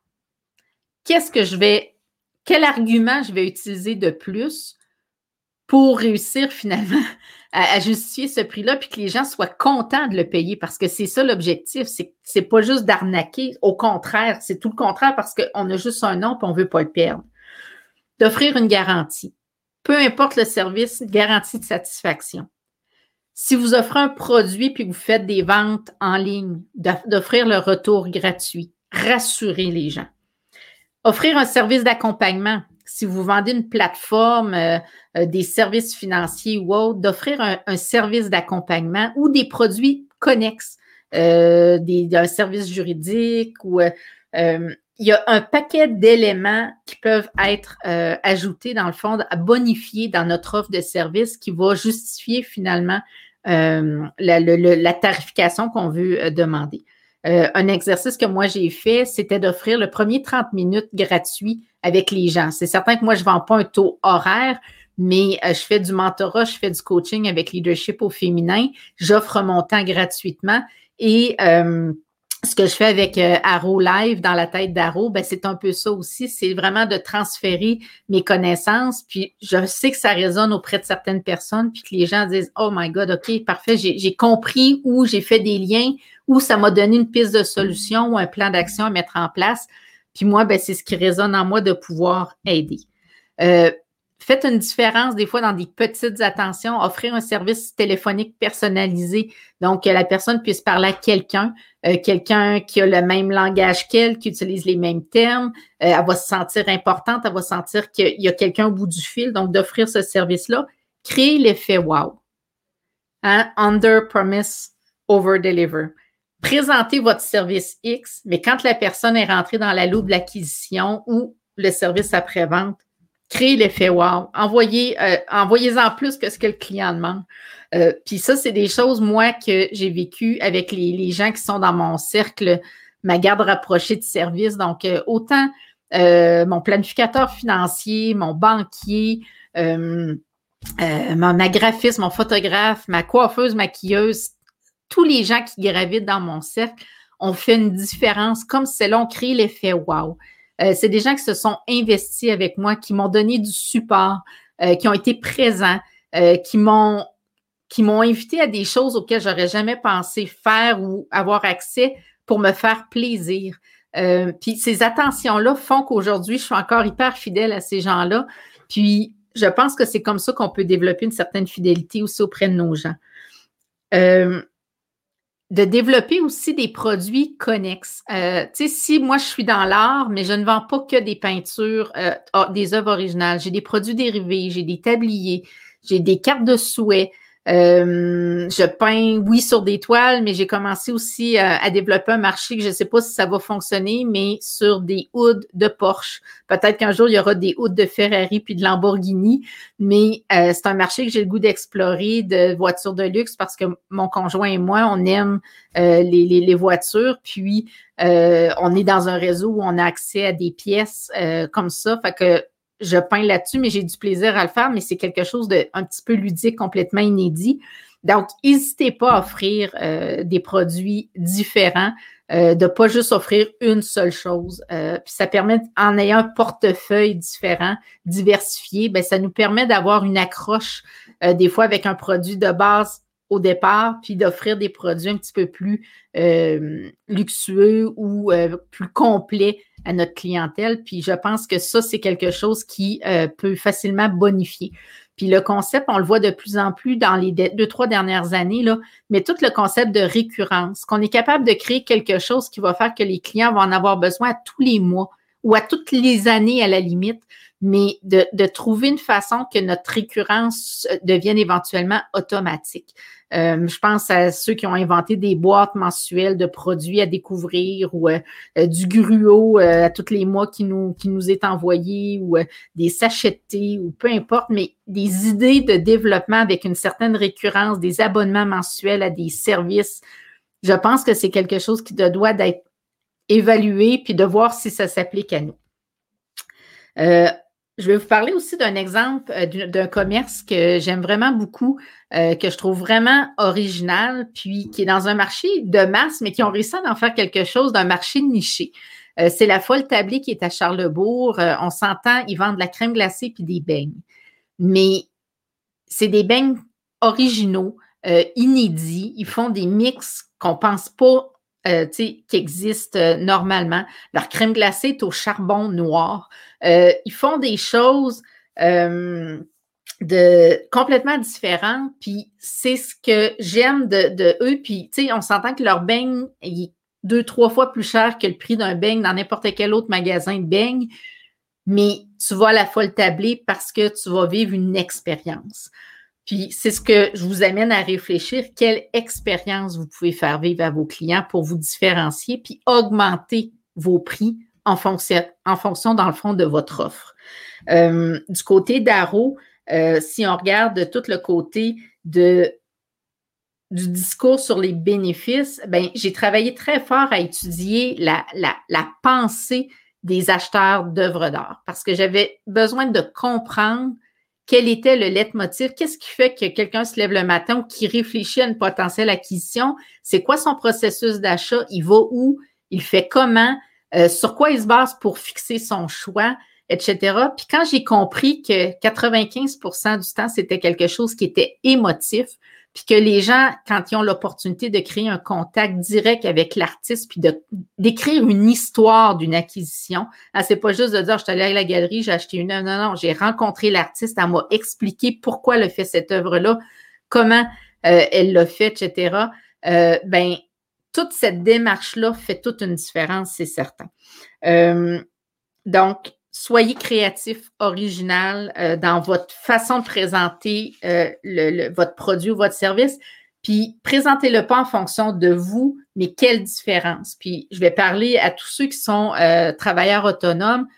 quel argument je vais utiliser de plus pour réussir finalement à justifier ce prix-là puis que les gens soient contents de le payer parce que c'est ça l'objectif. C'est pas juste d'arnaquer. Au contraire, c'est tout le contraire parce qu'on a juste un nom puis on veut pas le perdre. D'offrir une garantie. Peu importe le service, garantie de satisfaction. Si vous offrez un produit puis que vous faites des ventes en ligne, d'offrir le retour gratuit, rassurer les gens. Offrir un service d'accompagnement. Si vous vendez une plateforme, des services financiers ou autre, d'offrir un service d'accompagnement ou des produits connexes, un service juridique ou il y a un paquet d'éléments qui peuvent être ajoutés, dans le fond, bonifiés dans notre offre de service qui va justifier finalement la tarification qu'on veut demander. Un exercice que moi j'ai fait, c'était d'offrir le premier 30 minutes gratuit avec les gens. C'est certain que moi, je ne vends pas un taux horaire, mais je fais du mentorat, je fais du coaching avec leadership au féminin. J'offre mon temps gratuitement et ce que je fais avec Arrow Live dans la tête d'Arrow, ben c'est un peu ça aussi. C'est vraiment de transférer mes connaissances. Puis je sais que ça résonne auprès de certaines personnes, puis que les gens disent « Oh my God, OK, parfait, j'ai compris où j'ai fait des liens, où ça m'a donné une piste de solution ou un plan d'action à mettre en place. » Puis moi, ben c'est ce qui résonne en moi de pouvoir aider. Faites une différence des fois dans des petites attentions, offrir un service téléphonique personnalisé, donc que la personne puisse parler à quelqu'un qui a le même langage qu'elle, qui utilise les mêmes termes, elle va se sentir importante, elle va sentir qu'il y a quelqu'un au bout du fil, donc d'offrir ce service-là, créer l'effet wow. Hein? Under promise, over deliver. Présentez votre service X, mais quand la personne est rentrée dans la loupe de l'acquisition ou le service après-vente, créez l'effet wow. Envoyez-en plus que ce que le client demande. Puis ça, c'est des choses, moi, que j'ai vécues avec les gens qui sont dans mon cercle, ma garde rapprochée de service. Donc, autant mon planificateur financier, mon banquier, ma graphiste, mon photographe, ma coiffeuse, maquilleuse, tous les gens qui gravitent dans mon cercle ont fait une différence. Comme celle-là, on crée l'effet wow. C'est des gens qui se sont investis avec moi, qui m'ont donné du support, qui ont été présents, qui m'ont invité à des choses auxquelles j'aurais jamais pensé faire ou avoir accès pour me faire plaisir. Puis ces attentions-là font qu'aujourd'hui, je suis encore hyper fidèle à ces gens-là. Puis je pense que c'est comme ça qu'on peut développer une certaine fidélité aussi auprès de nos gens. De développer aussi des produits connexes. Tu sais, si moi, je suis dans l'art, mais je ne vends pas que des peintures, des œuvres originales. J'ai des produits dérivés, j'ai des tabliers, j'ai des cartes de souhait, Je peins, oui, sur des toiles, mais j'ai commencé aussi à développer un marché que je ne sais pas si ça va fonctionner, mais sur des hoods de Porsche. Peut-être qu'un jour, il y aura des hoods de Ferrari puis de Lamborghini, mais c'est un marché que j'ai le goût d'explorer de voitures de luxe parce que mon conjoint et moi, on aime les voitures, puis on est dans un réseau où on a accès à des pièces comme ça, fait que je peins là-dessus, mais j'ai du plaisir à le faire, mais c'est quelque chose de un petit peu ludique, complètement inédit. Donc, n'hésitez pas à offrir des produits différents, de pas juste offrir une seule chose. Puis ça permet, en ayant un portefeuille différent, diversifié, ben ça nous permet d'avoir une accroche des fois avec un produit de base au départ, puis d'offrir des produits un petit peu plus luxueux ou plus complets à notre clientèle. Puis je pense que ça, c'est quelque chose qui peut facilement bonifier. Puis le concept, on le voit de plus en plus dans les 2-3 dernières années, là, mais tout le concept de récurrence, qu'on est capable de créer quelque chose qui va faire que les clients vont en avoir besoin à tous les mois ou à toutes les années à la limite, mais de trouver une façon que notre récurrence devienne éventuellement automatique. Je pense à ceux qui ont inventé des boîtes mensuelles de produits à découvrir ou du gruau à tous les mois qui nous est envoyé ou des sachets de thé ou peu importe, mais des idées de développement avec une certaine récurrence, des abonnements mensuels à des services. Je pense que c'est quelque chose qui doit d'être évalué puis de voir si ça s'applique à nous. Je vais vous parler aussi d'un exemple d'un commerce que j'aime vraiment beaucoup, que je trouve vraiment original, puis qui est dans un marché de masse, mais qui ont réussi à en faire quelque chose d'un marché niché. C'est la Folle Tablée qui est à Charlesbourg. On s'entend, ils vendent de la crème glacée puis des beignes. Mais c'est des beignes originaux, inédits. Ils font des mix qu'on pense pas qui existent normalement. Leur crème glacée est au charbon noir. Ils font des choses complètement différentes, puis c'est ce que j'aime de eux. Puis, on s'entend que leur beigne est 2-3 fois plus cher que le prix d'un beigne dans n'importe quel autre magasin de beignes, mais tu vas à la Folle Tablée parce que tu vas vivre une expérience. Puis, c'est ce que je vous amène à réfléchir. Quelle expérience vous pouvez faire vivre à vos clients pour vous différencier puis augmenter vos prix en fonction, dans le fond, de votre offre. Du côté d'Aro, si on regarde tout le côté du discours sur les bénéfices, ben j'ai travaillé très fort à étudier la pensée des acheteurs d'œuvres d'art parce que j'avais besoin de comprendre quel était le leitmotiv, qu'est-ce qui fait que quelqu'un se lève le matin ou qui réfléchit à une potentielle acquisition, c'est quoi son processus d'achat, il va où, il fait comment, sur quoi il se base pour fixer son choix, etc. Puis quand j'ai compris que 95% du temps, c'était quelque chose qui était émotif, puis que les gens, quand ils ont l'opportunité de créer un contact direct avec l'artiste, puis d'écrire une histoire d'une acquisition, hein, c'est pas juste de dire, je suis allée à la galerie, j'ai acheté une œuvre. Non, j'ai rencontré l'artiste, elle m'a expliqué pourquoi elle a fait cette œuvre-là, comment elle l'a fait, etc. Toute cette démarche-là fait toute une différence, c'est certain. Donc, soyez créatif, original dans votre façon de présenter votre produit ou votre service, puis présentez-le pas en fonction de vous, mais quelle différence. Puis, je vais parler à tous ceux qui sont travailleurs autonomes.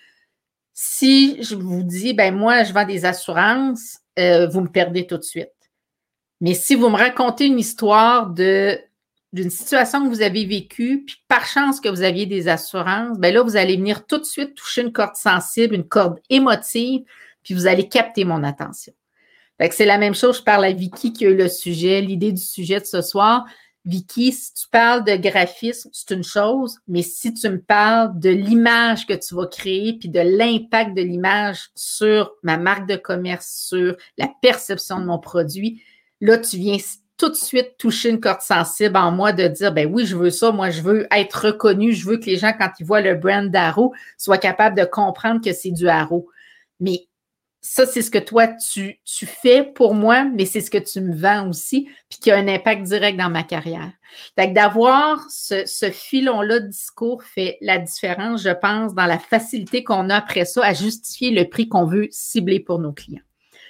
Si je vous dis, ben moi, je vends des assurances, vous me perdez tout de suite. Mais si vous me racontez une histoire d'une situation que vous avez vécue, puis par chance que vous aviez des assurances, ben là, vous allez venir tout de suite toucher une corde sensible, une corde émotive, puis vous allez capter mon attention. Fait que c'est la même chose, je parle à Vicky qui a eu le sujet, l'idée du sujet de ce soir. Vicky, si tu parles de graphisme, c'est une chose, mais si tu me parles de l'image que tu vas créer, puis de l'impact de l'image sur ma marque de commerce, sur la perception de mon produit, là, tu viens tout de suite toucher une corde sensible en moi de dire, ben oui, je veux ça, moi, je veux être reconnu, je veux que les gens, quand ils voient le brand d'Aro, soient capables de comprendre que c'est du Aro. Mais ça, c'est ce que toi, tu fais pour moi, mais c'est ce que tu me vends aussi, puis qui a un impact direct dans ma carrière. Fait que d'avoir ce filon-là de discours fait la différence, je pense, dans la facilité qu'on a après ça à justifier le prix qu'on veut cibler pour nos clients.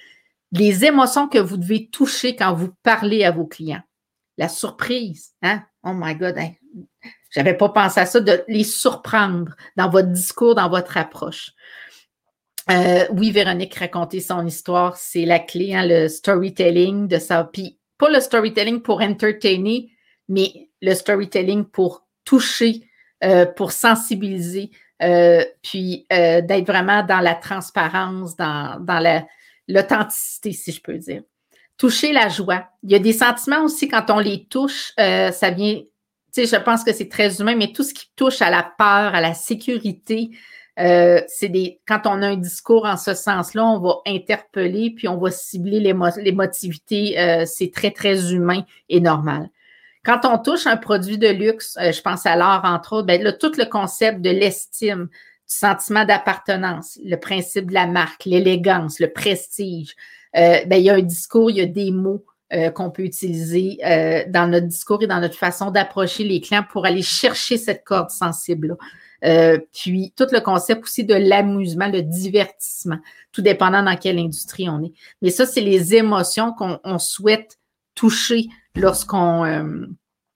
Les émotions que vous devez toucher quand vous parlez à vos clients. La surprise, hein? Oh my God, hein? J'avais pas pensé à ça, de les surprendre dans votre discours, dans votre approche. Oui, Véronique, raconter son histoire, c'est la clé, hein, le storytelling de ça. Puis pas le storytelling pour entertainer, mais le storytelling pour toucher, pour sensibiliser, puis d'être vraiment dans la transparence, dans l'authenticité, si je peux dire. Toucher la joie. Il y a des sentiments aussi, quand on les touche, ça vient, tu sais, je pense que c'est très humain, mais tout ce qui touche à la peur, à la sécurité, quand on a un discours en ce sens-là, on va interpeller, puis on va cibler l'émotivité. C'est très, très humain et normal. Quand on touche un produit de luxe, je pense à l'or, entre autres, bien, là, tout le concept de l'estime, du sentiment d'appartenance, le principe de la marque, l'élégance, le prestige, bien, il y a un discours, il y a des mots qu'on peut utiliser dans notre discours et dans notre façon d'approcher les clients pour aller chercher cette corde sensible-là. Puis tout le concept aussi de l'amusement, le divertissement, tout dépendant dans quelle industrie on est. Mais ça, c'est les émotions qu'on souhaite toucher lorsqu'on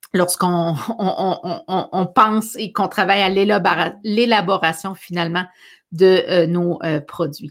pense et qu'on travaille à l'élaboration finalement de nos produits.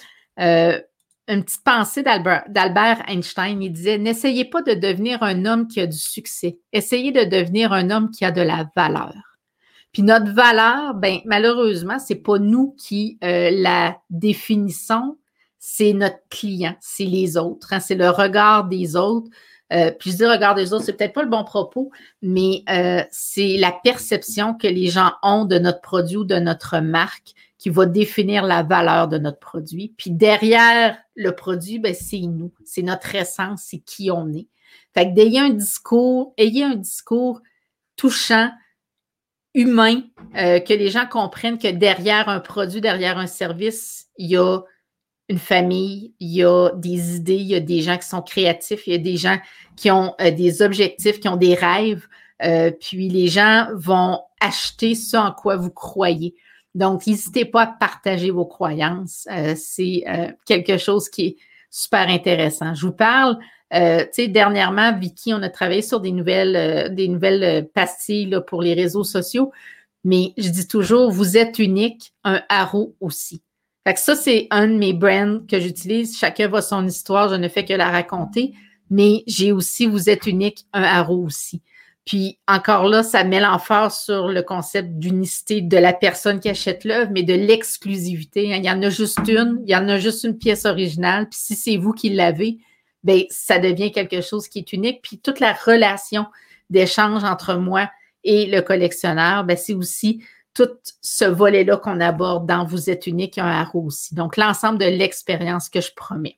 Une petite pensée d'Albert Einstein, il disait « N'essayez pas de devenir un homme qui a du succès, essayez de devenir un homme qui a de la valeur. » Puis notre valeur, ben malheureusement, c'est pas nous qui la définissons, c'est notre client, c'est les autres, hein, c'est le regard des autres. Puis je dis regard des autres, c'est peut-être pas le bon propos, mais c'est la perception que les gens ont de notre produit ou de notre marque qui va définir la valeur de notre produit. Puis derrière le produit, ben c'est nous, c'est notre essence, c'est qui on est. Fait que ayez un discours touchant, humain, que les gens comprennent que derrière un produit, derrière un service, il y a une famille, il y a des idées, il y a des gens qui sont créatifs, il y a des gens qui ont des objectifs, qui ont des rêves, puis les gens vont acheter ce en quoi vous croyez. Donc, n'hésitez pas à partager vos croyances. C'est quelque chose qui est super intéressant. Je vous parle, tu sais, dernièrement, Vicky, on a travaillé sur des nouvelles pastilles là, pour les réseaux sociaux, mais je dis toujours, vous êtes unique, un haro aussi. Fait que ça, c'est un de mes brands que j'utilise. Chacun a son histoire, je ne fais que la raconter, mais j'ai aussi, vous êtes unique, un haro aussi. Puis encore là, ça met l'emphase sur le concept d'unicité de la personne qui achète l'œuvre, mais de l'exclusivité. Il y en a juste une, il y en a juste une pièce originale. Puis si c'est vous qui l'avez, bien, ça devient quelque chose qui est unique. Puis toute la relation d'échange entre moi et le collectionneur, bien, c'est aussi tout ce volet-là qu'on aborde dans Vous êtes unique, un haro aussi. Donc, l'ensemble de l'expérience que je promets.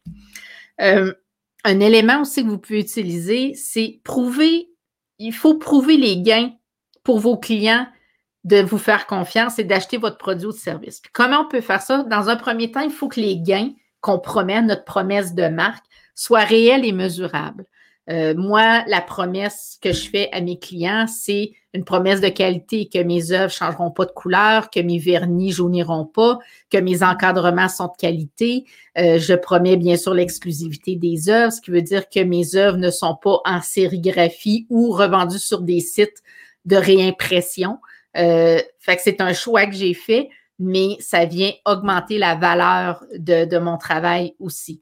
Un élément aussi que vous pouvez utiliser, c'est il faut prouver les gains pour vos clients de vous faire confiance et d'acheter votre produit ou service. Puis comment on peut faire ça? Dans un premier temps, il faut que les gains qu'on promet, notre promesse de marque, soient réels et mesurables. Moi, la promesse que je fais à mes clients, c'est une promesse de qualité, que mes œuvres ne changeront pas de couleur, que mes vernis jauniront pas, que mes encadrements sont de qualité. Je promets bien sûr l'exclusivité des œuvres, ce qui veut dire que mes œuvres ne sont pas en sérigraphie ou revendues sur des sites de réimpression. Fait que c'est un choix que j'ai fait, mais ça vient augmenter la valeur de mon travail aussi.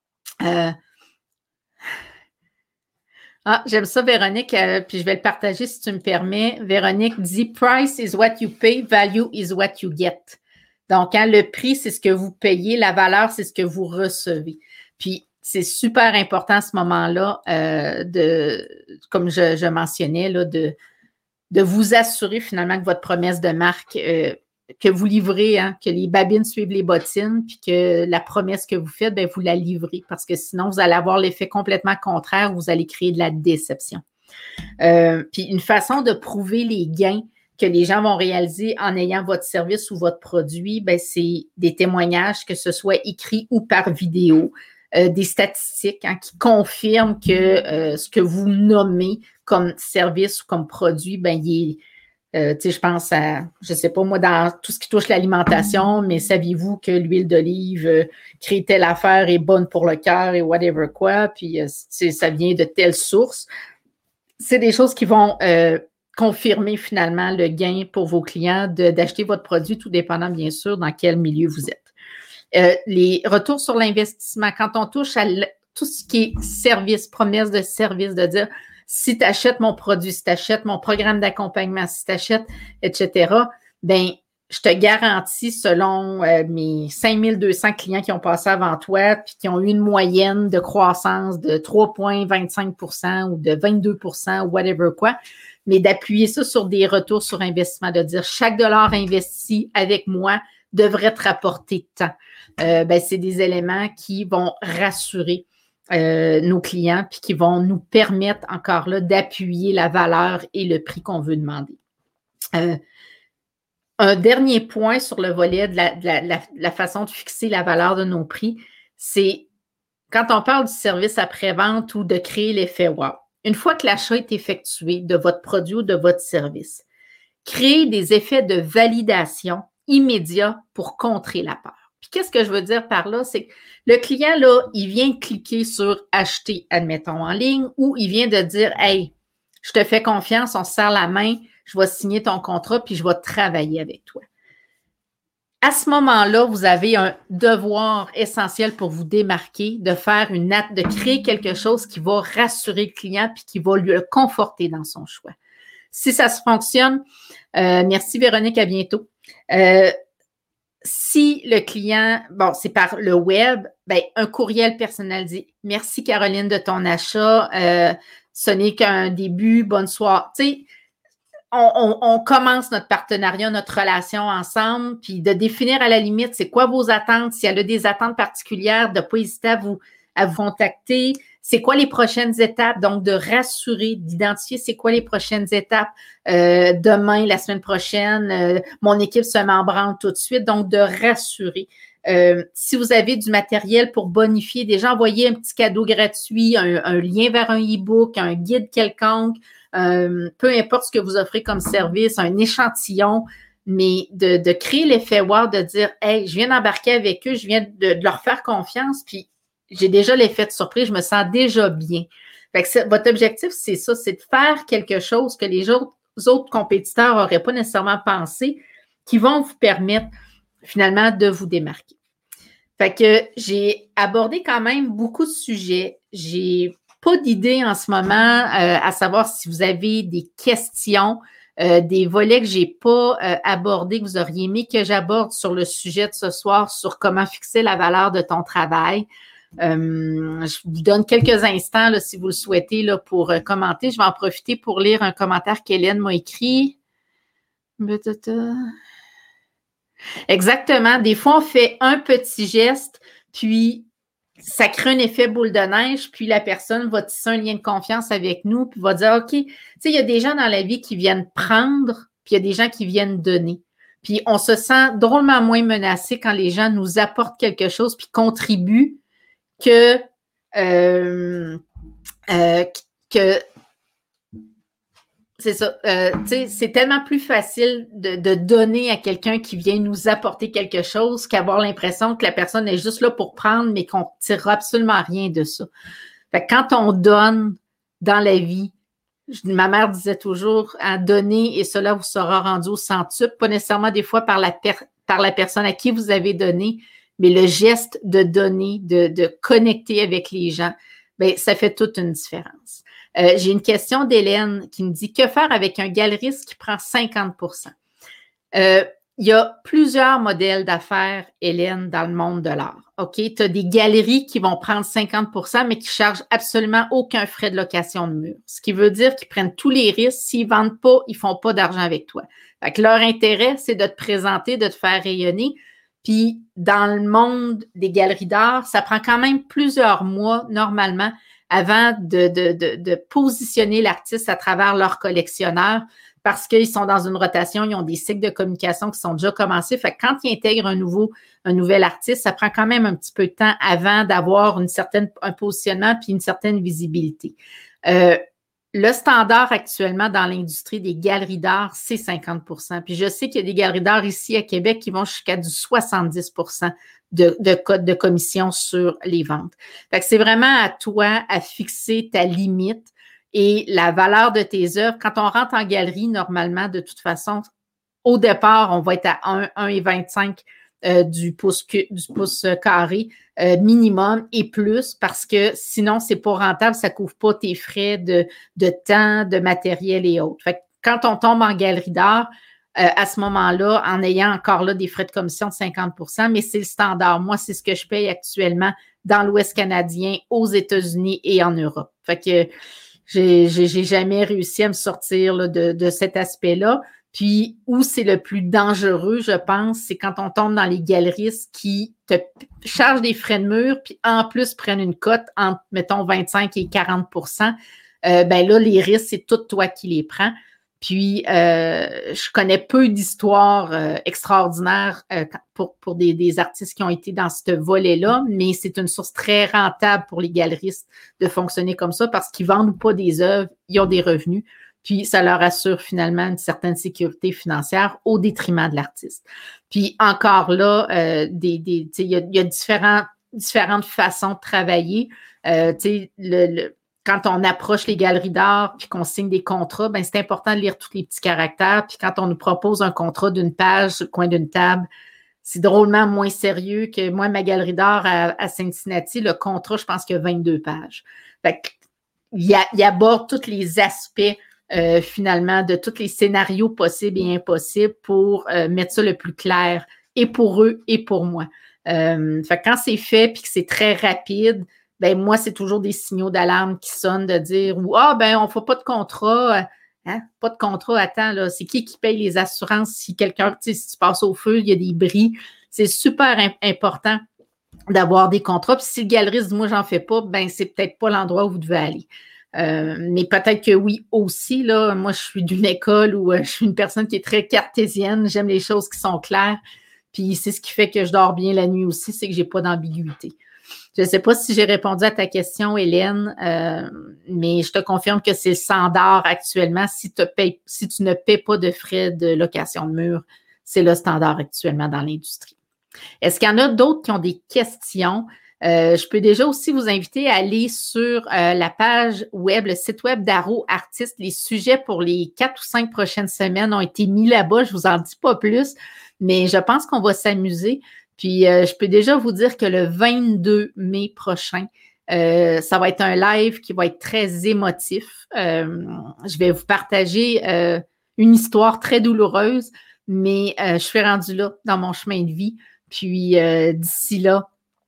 J'aime ça, Véronique, puis je vais le partager si tu me permets. Véronique dit « Price is what you pay, value is what you get ». Donc, hein, le prix, c'est ce que vous payez, la valeur, c'est ce que vous recevez. Puis, c'est super important à ce moment-là, comme je mentionnais, là, de vous assurer finalement que votre promesse de marque, que vous livrez, hein, que les babines suivent les bottines, puis que la promesse que vous faites, bien, vous la livrez, parce que sinon, vous allez avoir l'effet complètement contraire, vous allez créer de la déception. Puis une façon de prouver les gains que les gens vont réaliser en ayant votre service ou votre produit, bien, c'est des témoignages, que ce soit écrit ou par vidéo, des statistiques hein, qui confirment que ce que vous nommez comme service ou comme produit, bien, il est Je pense à, je ne sais pas moi, dans tout ce qui touche l'alimentation, mais saviez-vous que l'huile d'olive crée telle affaire est bonne pour le cœur et whatever quoi, puis ça vient de telle source. C'est des choses qui vont confirmer finalement le gain pour vos clients d'acheter votre produit, tout dépendant bien sûr dans quel milieu vous êtes. Les retours sur l'investissement, quand on touche à tout ce qui est service, promesse de service, de dire si tu achètes mon produit, si tu achètes mon programme d'accompagnement, si tu achètes, etc., bien, je te garantis, selon mes 5200 clients qui ont passé avant toi puis qui ont eu une moyenne de croissance de 3,25 ou de 22 whatever quoi, mais d'appuyer ça sur des retours sur investissement, de dire chaque dollar investi avec moi devrait te rapporter tant. C'est des éléments qui vont rassurer nos clients puis qui vont nous permettre encore là d'appuyer la valeur et le prix qu'on veut demander. Un dernier point sur le volet de la façon de fixer la valeur de nos prix, c'est quand on parle du service après-vente ou de créer l'effet wow. Une fois que l'achat est effectué de votre produit ou de votre service, créez des effets de validation immédiats pour contrer la peur. Puis qu'est-ce que je veux dire par là? C'est que le client, là, il vient cliquer sur acheter, admettons, en ligne, ou il vient de dire hey, je te fais confiance, on se serre la main, je vais signer ton contrat, puis je vais travailler avec toi. À ce moment-là, vous avez un devoir essentiel pour vous démarquer, de faire de créer quelque chose qui va rassurer le client puis qui va le conforter dans son choix. Si ça se fonctionne, merci Véronique, à bientôt. Si le client, c'est par le web, un courriel personnalisé. Merci Caroline de ton achat. Ce n'est qu'un début. Bonne soirée. Tu sais, on commence notre partenariat, notre relation ensemble, puis de définir à la limite c'est quoi vos attentes. S'il y a des attentes particulières, de ne pas hésiter à vous contacter. C'est quoi les prochaines étapes? Donc, de rassurer, d'identifier c'est quoi les prochaines étapes. Demain, la semaine prochaine, mon équipe se met en branle tout de suite. Donc, de rassurer. Si vous avez du matériel pour bonifier, déjà envoyer un petit cadeau gratuit, un lien vers un e-book, un guide quelconque, peu importe ce que vous offrez comme service, un échantillon, mais de créer l'effet wow, de dire hey, je viens d'embarquer avec eux, je viens de leur faire confiance, puis j'ai déjà l'effet de surprise, je me sens déjà bien. Fait que votre objectif, c'est ça, c'est de faire quelque chose que les autres compétiteurs n'auraient pas nécessairement pensé, qui vont vous permettre finalement de vous démarquer. Fait que j'ai abordé quand même beaucoup de sujets. J'ai pas d'idée en ce moment à savoir si vous avez des questions, des volets que j'ai pas abordés, que vous auriez aimé que j'aborde sur le sujet de ce soir, sur comment fixer la valeur de ton travail. Je vous donne quelques instants là, si vous le souhaitez là, pour commenter. Je vais en profiter pour lire un commentaire qu'Hélène m'a écrit. Exactement. Des fois, on fait un petit geste, puis ça crée un effet boule de neige, puis la personne va tisser un lien de confiance avec nous, puis va dire, OK, tu sais, il y a des gens dans la vie qui viennent prendre, puis il y a des gens qui viennent donner. Puis on se sent drôlement moins menacé quand les gens nous apportent quelque chose, puis contribuent que c'est ça. C'est tellement plus facile de donner à quelqu'un qui vient nous apporter quelque chose qu'avoir l'impression que la personne est juste là pour prendre, mais qu'on ne tirera absolument rien de ça. Fait que quand on donne dans la vie, ma mère disait toujours, à donner et cela vous sera rendu au centuple, pas nécessairement des fois par la personne à qui vous avez donné, mais le geste de donner, de connecter avec les gens, ça fait toute une différence. J'ai une question d'Hélène qui me dit « Que faire avec un galeriste qui prend 50 » Il y a plusieurs modèles d'affaires, Hélène, dans le monde de l'art. OK? Tu as des galeries qui vont prendre 50 mais qui ne chargent absolument aucun frais de location de mur. Ce qui veut dire qu'ils prennent tous les risques. S'ils ne vendent pas, ils ne font pas d'argent avec toi. Fait que leur intérêt, c'est de te présenter, de te faire rayonner. Puis, dans le monde des galeries d'art, ça prend quand même plusieurs mois, normalement, avant de positionner l'artiste à travers leurs collectionneurs parce qu'ils sont dans une rotation, ils ont des cycles de communication qui sont déjà commencés. Fait que quand ils intègrent un nouvel artiste, ça prend quand même un petit peu de temps avant d'avoir un positionnement puis une certaine visibilité. le standard actuellement dans l'industrie des galeries d'art, c'est 50%. Puis je sais qu'il y a des galeries d'art ici à Québec qui vont jusqu'à du 70% de commission sur les ventes. Fait que c'est vraiment à toi à fixer ta limite et la valeur de tes œuvres. Quand on rentre en galerie, normalement, de toute façon, au départ, on va être à 1,25 du pouce carré minimum et plus parce que sinon, c'est pas rentable, ça couvre pas tes frais de temps, de matériel et autres. Fait que quand on tombe en galerie d'art, à ce moment-là, en ayant encore là des frais de commission de 50%, mais c'est le standard. Moi, c'est ce que je paye actuellement dans l'Ouest canadien, aux États-Unis et en Europe. Fait que j'ai jamais réussi à me sortir là, de cet aspect-là. Puis, où c'est le plus dangereux, je pense, c'est quand on tombe dans les galeristes qui te chargent des frais de mur, puis en plus prennent une cote entre, mettons, 25 et 40%. Ben là, les risques, c'est tout toi qui les prends. Puis, je connais peu d'histoires extraordinaires pour des artistes qui ont été dans ce volet-là, mais c'est une source très rentable pour les galeristes de fonctionner comme ça parce qu'ils vendent ou pas des œuvres, ils ont des revenus. Puis, ça leur assure finalement une certaine sécurité financière au détriment de l'artiste. Puis, encore là, il y a différentes façons de travailler. Quand on approche les galeries d'art puis qu'on signe des contrats, ben c'est important de lire tous les petits caractères. Puis quand on nous propose un contrat d'une page sur le coin d'une table, c'est drôlement moins sérieux que moi, ma galerie d'art à Cincinnati, le contrat, je pense qu'il y a 22 pages. Fait qu'il aborde tous les aspects finalement de tous les scénarios possibles et impossibles pour mettre ça le plus clair et pour eux et pour moi. Fait que quand c'est fait puis que c'est très rapide, ben moi, c'est toujours des signaux d'alarme qui sonnent de dire ben on ne fait pas de contrat. Pas de contrat, attends, là, c'est qui paye les assurances si quelqu'un, si tu passes au feu, il y a des bris. C'est super important d'avoir des contrats. Puis si le galeriste dit moi, j'en fais pas, ben c'est peut-être pas l'endroit où vous devez aller. Mais peut-être que oui aussi, là, moi, je suis d'une école où je suis une personne qui est très cartésienne, j'aime les choses qui sont claires, puis c'est ce qui fait que je dors bien la nuit aussi, c'est que j'ai pas d'ambiguïté. Je ne sais pas si j'ai répondu à ta question, Hélène, mais je te confirme que c'est le standard actuellement. Si tu ne paies pas de frais de location de mur, c'est le standard actuellement dans l'industrie. Est-ce qu'il y en a d'autres qui ont des questions? Je peux déjà aussi vous inviter à aller sur la page web, le site web d'Arrow Artistes. Les sujets pour les 4 ou 5 prochaines semaines ont été mis là-bas. Je ne vous en dis pas plus, mais je pense qu'on va s'amuser. Puis, je peux déjà vous dire que le 22 mai prochain, ça va être un live qui va être très émotif. Je vais vous partager une histoire très douloureuse, mais je suis rendue là dans mon chemin de vie. Puis, d'ici là,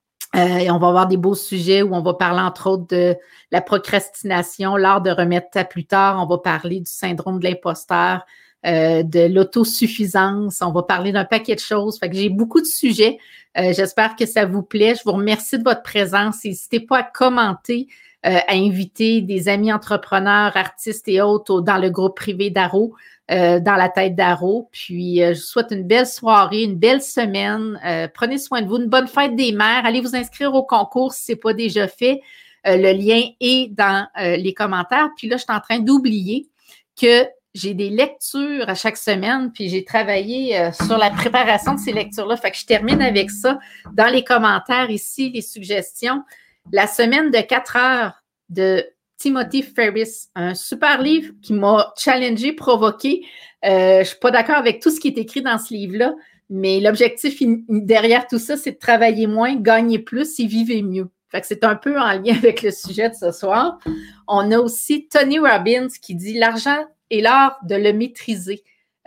on va avoir des beaux sujets où on va parler entre autres de la procrastination, l'art de remettre à plus tard. On va parler du syndrome de l'imposteur, de l'autosuffisance. On va parler d'un paquet de choses. Fait que j'ai beaucoup de sujets. J'espère que ça vous plaît. Je vous remercie de votre présence. N'hésitez pas à commenter, à inviter des amis entrepreneurs, artistes et autres dans le groupe privé d'Arrow, dans la tête d'Arrow. Puis, je vous souhaite une belle soirée, une belle semaine. Prenez soin de vous. Une bonne fête des mères. Allez vous inscrire au concours si ce n'est pas déjà fait. Le lien est dans les commentaires. Puis là, je suis en train d'oublier que j'ai des lectures à chaque semaine, puis j'ai travaillé sur la préparation de ces lectures-là. Fait que je termine avec ça dans les commentaires ici, les suggestions. La semaine de 4 heures de Timothy Ferris, un super livre qui m'a challengé, provoqué. Je ne suis pas d'accord avec tout ce qui est écrit dans ce livre-là, mais l'objectif derrière tout ça, c'est de travailler moins, gagner plus et vivre mieux. Fait que c'est un peu en lien avec le sujet de ce soir. On a aussi Tony Robbins qui dit « L'argent et l'art de le maîtriser ».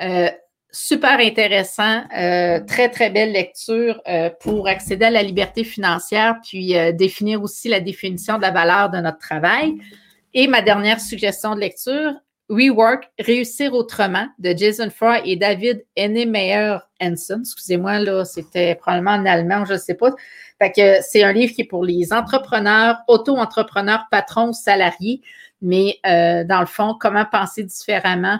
Super intéressant, très, très belle lecture pour accéder à la liberté financière, puis définir aussi la définition de la valeur de notre travail. Et ma dernière suggestion de lecture, Rework, Réussir autrement, de Jason Fry et David Hennemeyer Hansen. Excusez-moi, là, c'était probablement en allemand, je ne sais pas. Fait que c'est un livre qui est pour les entrepreneurs, auto-entrepreneurs, patrons, salariés, mais dans le fond, comment penser différemment,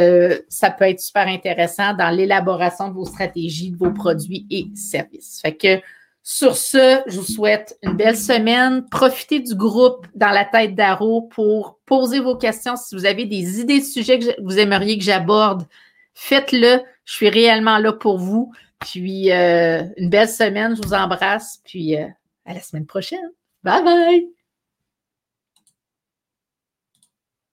ça peut être super intéressant dans l'élaboration de vos stratégies, de vos produits et services. Fait que Sur ce, je vous souhaite une belle semaine. Profitez du groupe dans la tête d'Aro pour poser vos questions. Si vous avez des idées de sujets que vous aimeriez que j'aborde, faites-le. Je suis réellement là pour vous. Puis, une belle semaine. Je vous embrasse. Puis, à la semaine prochaine. Bye bye!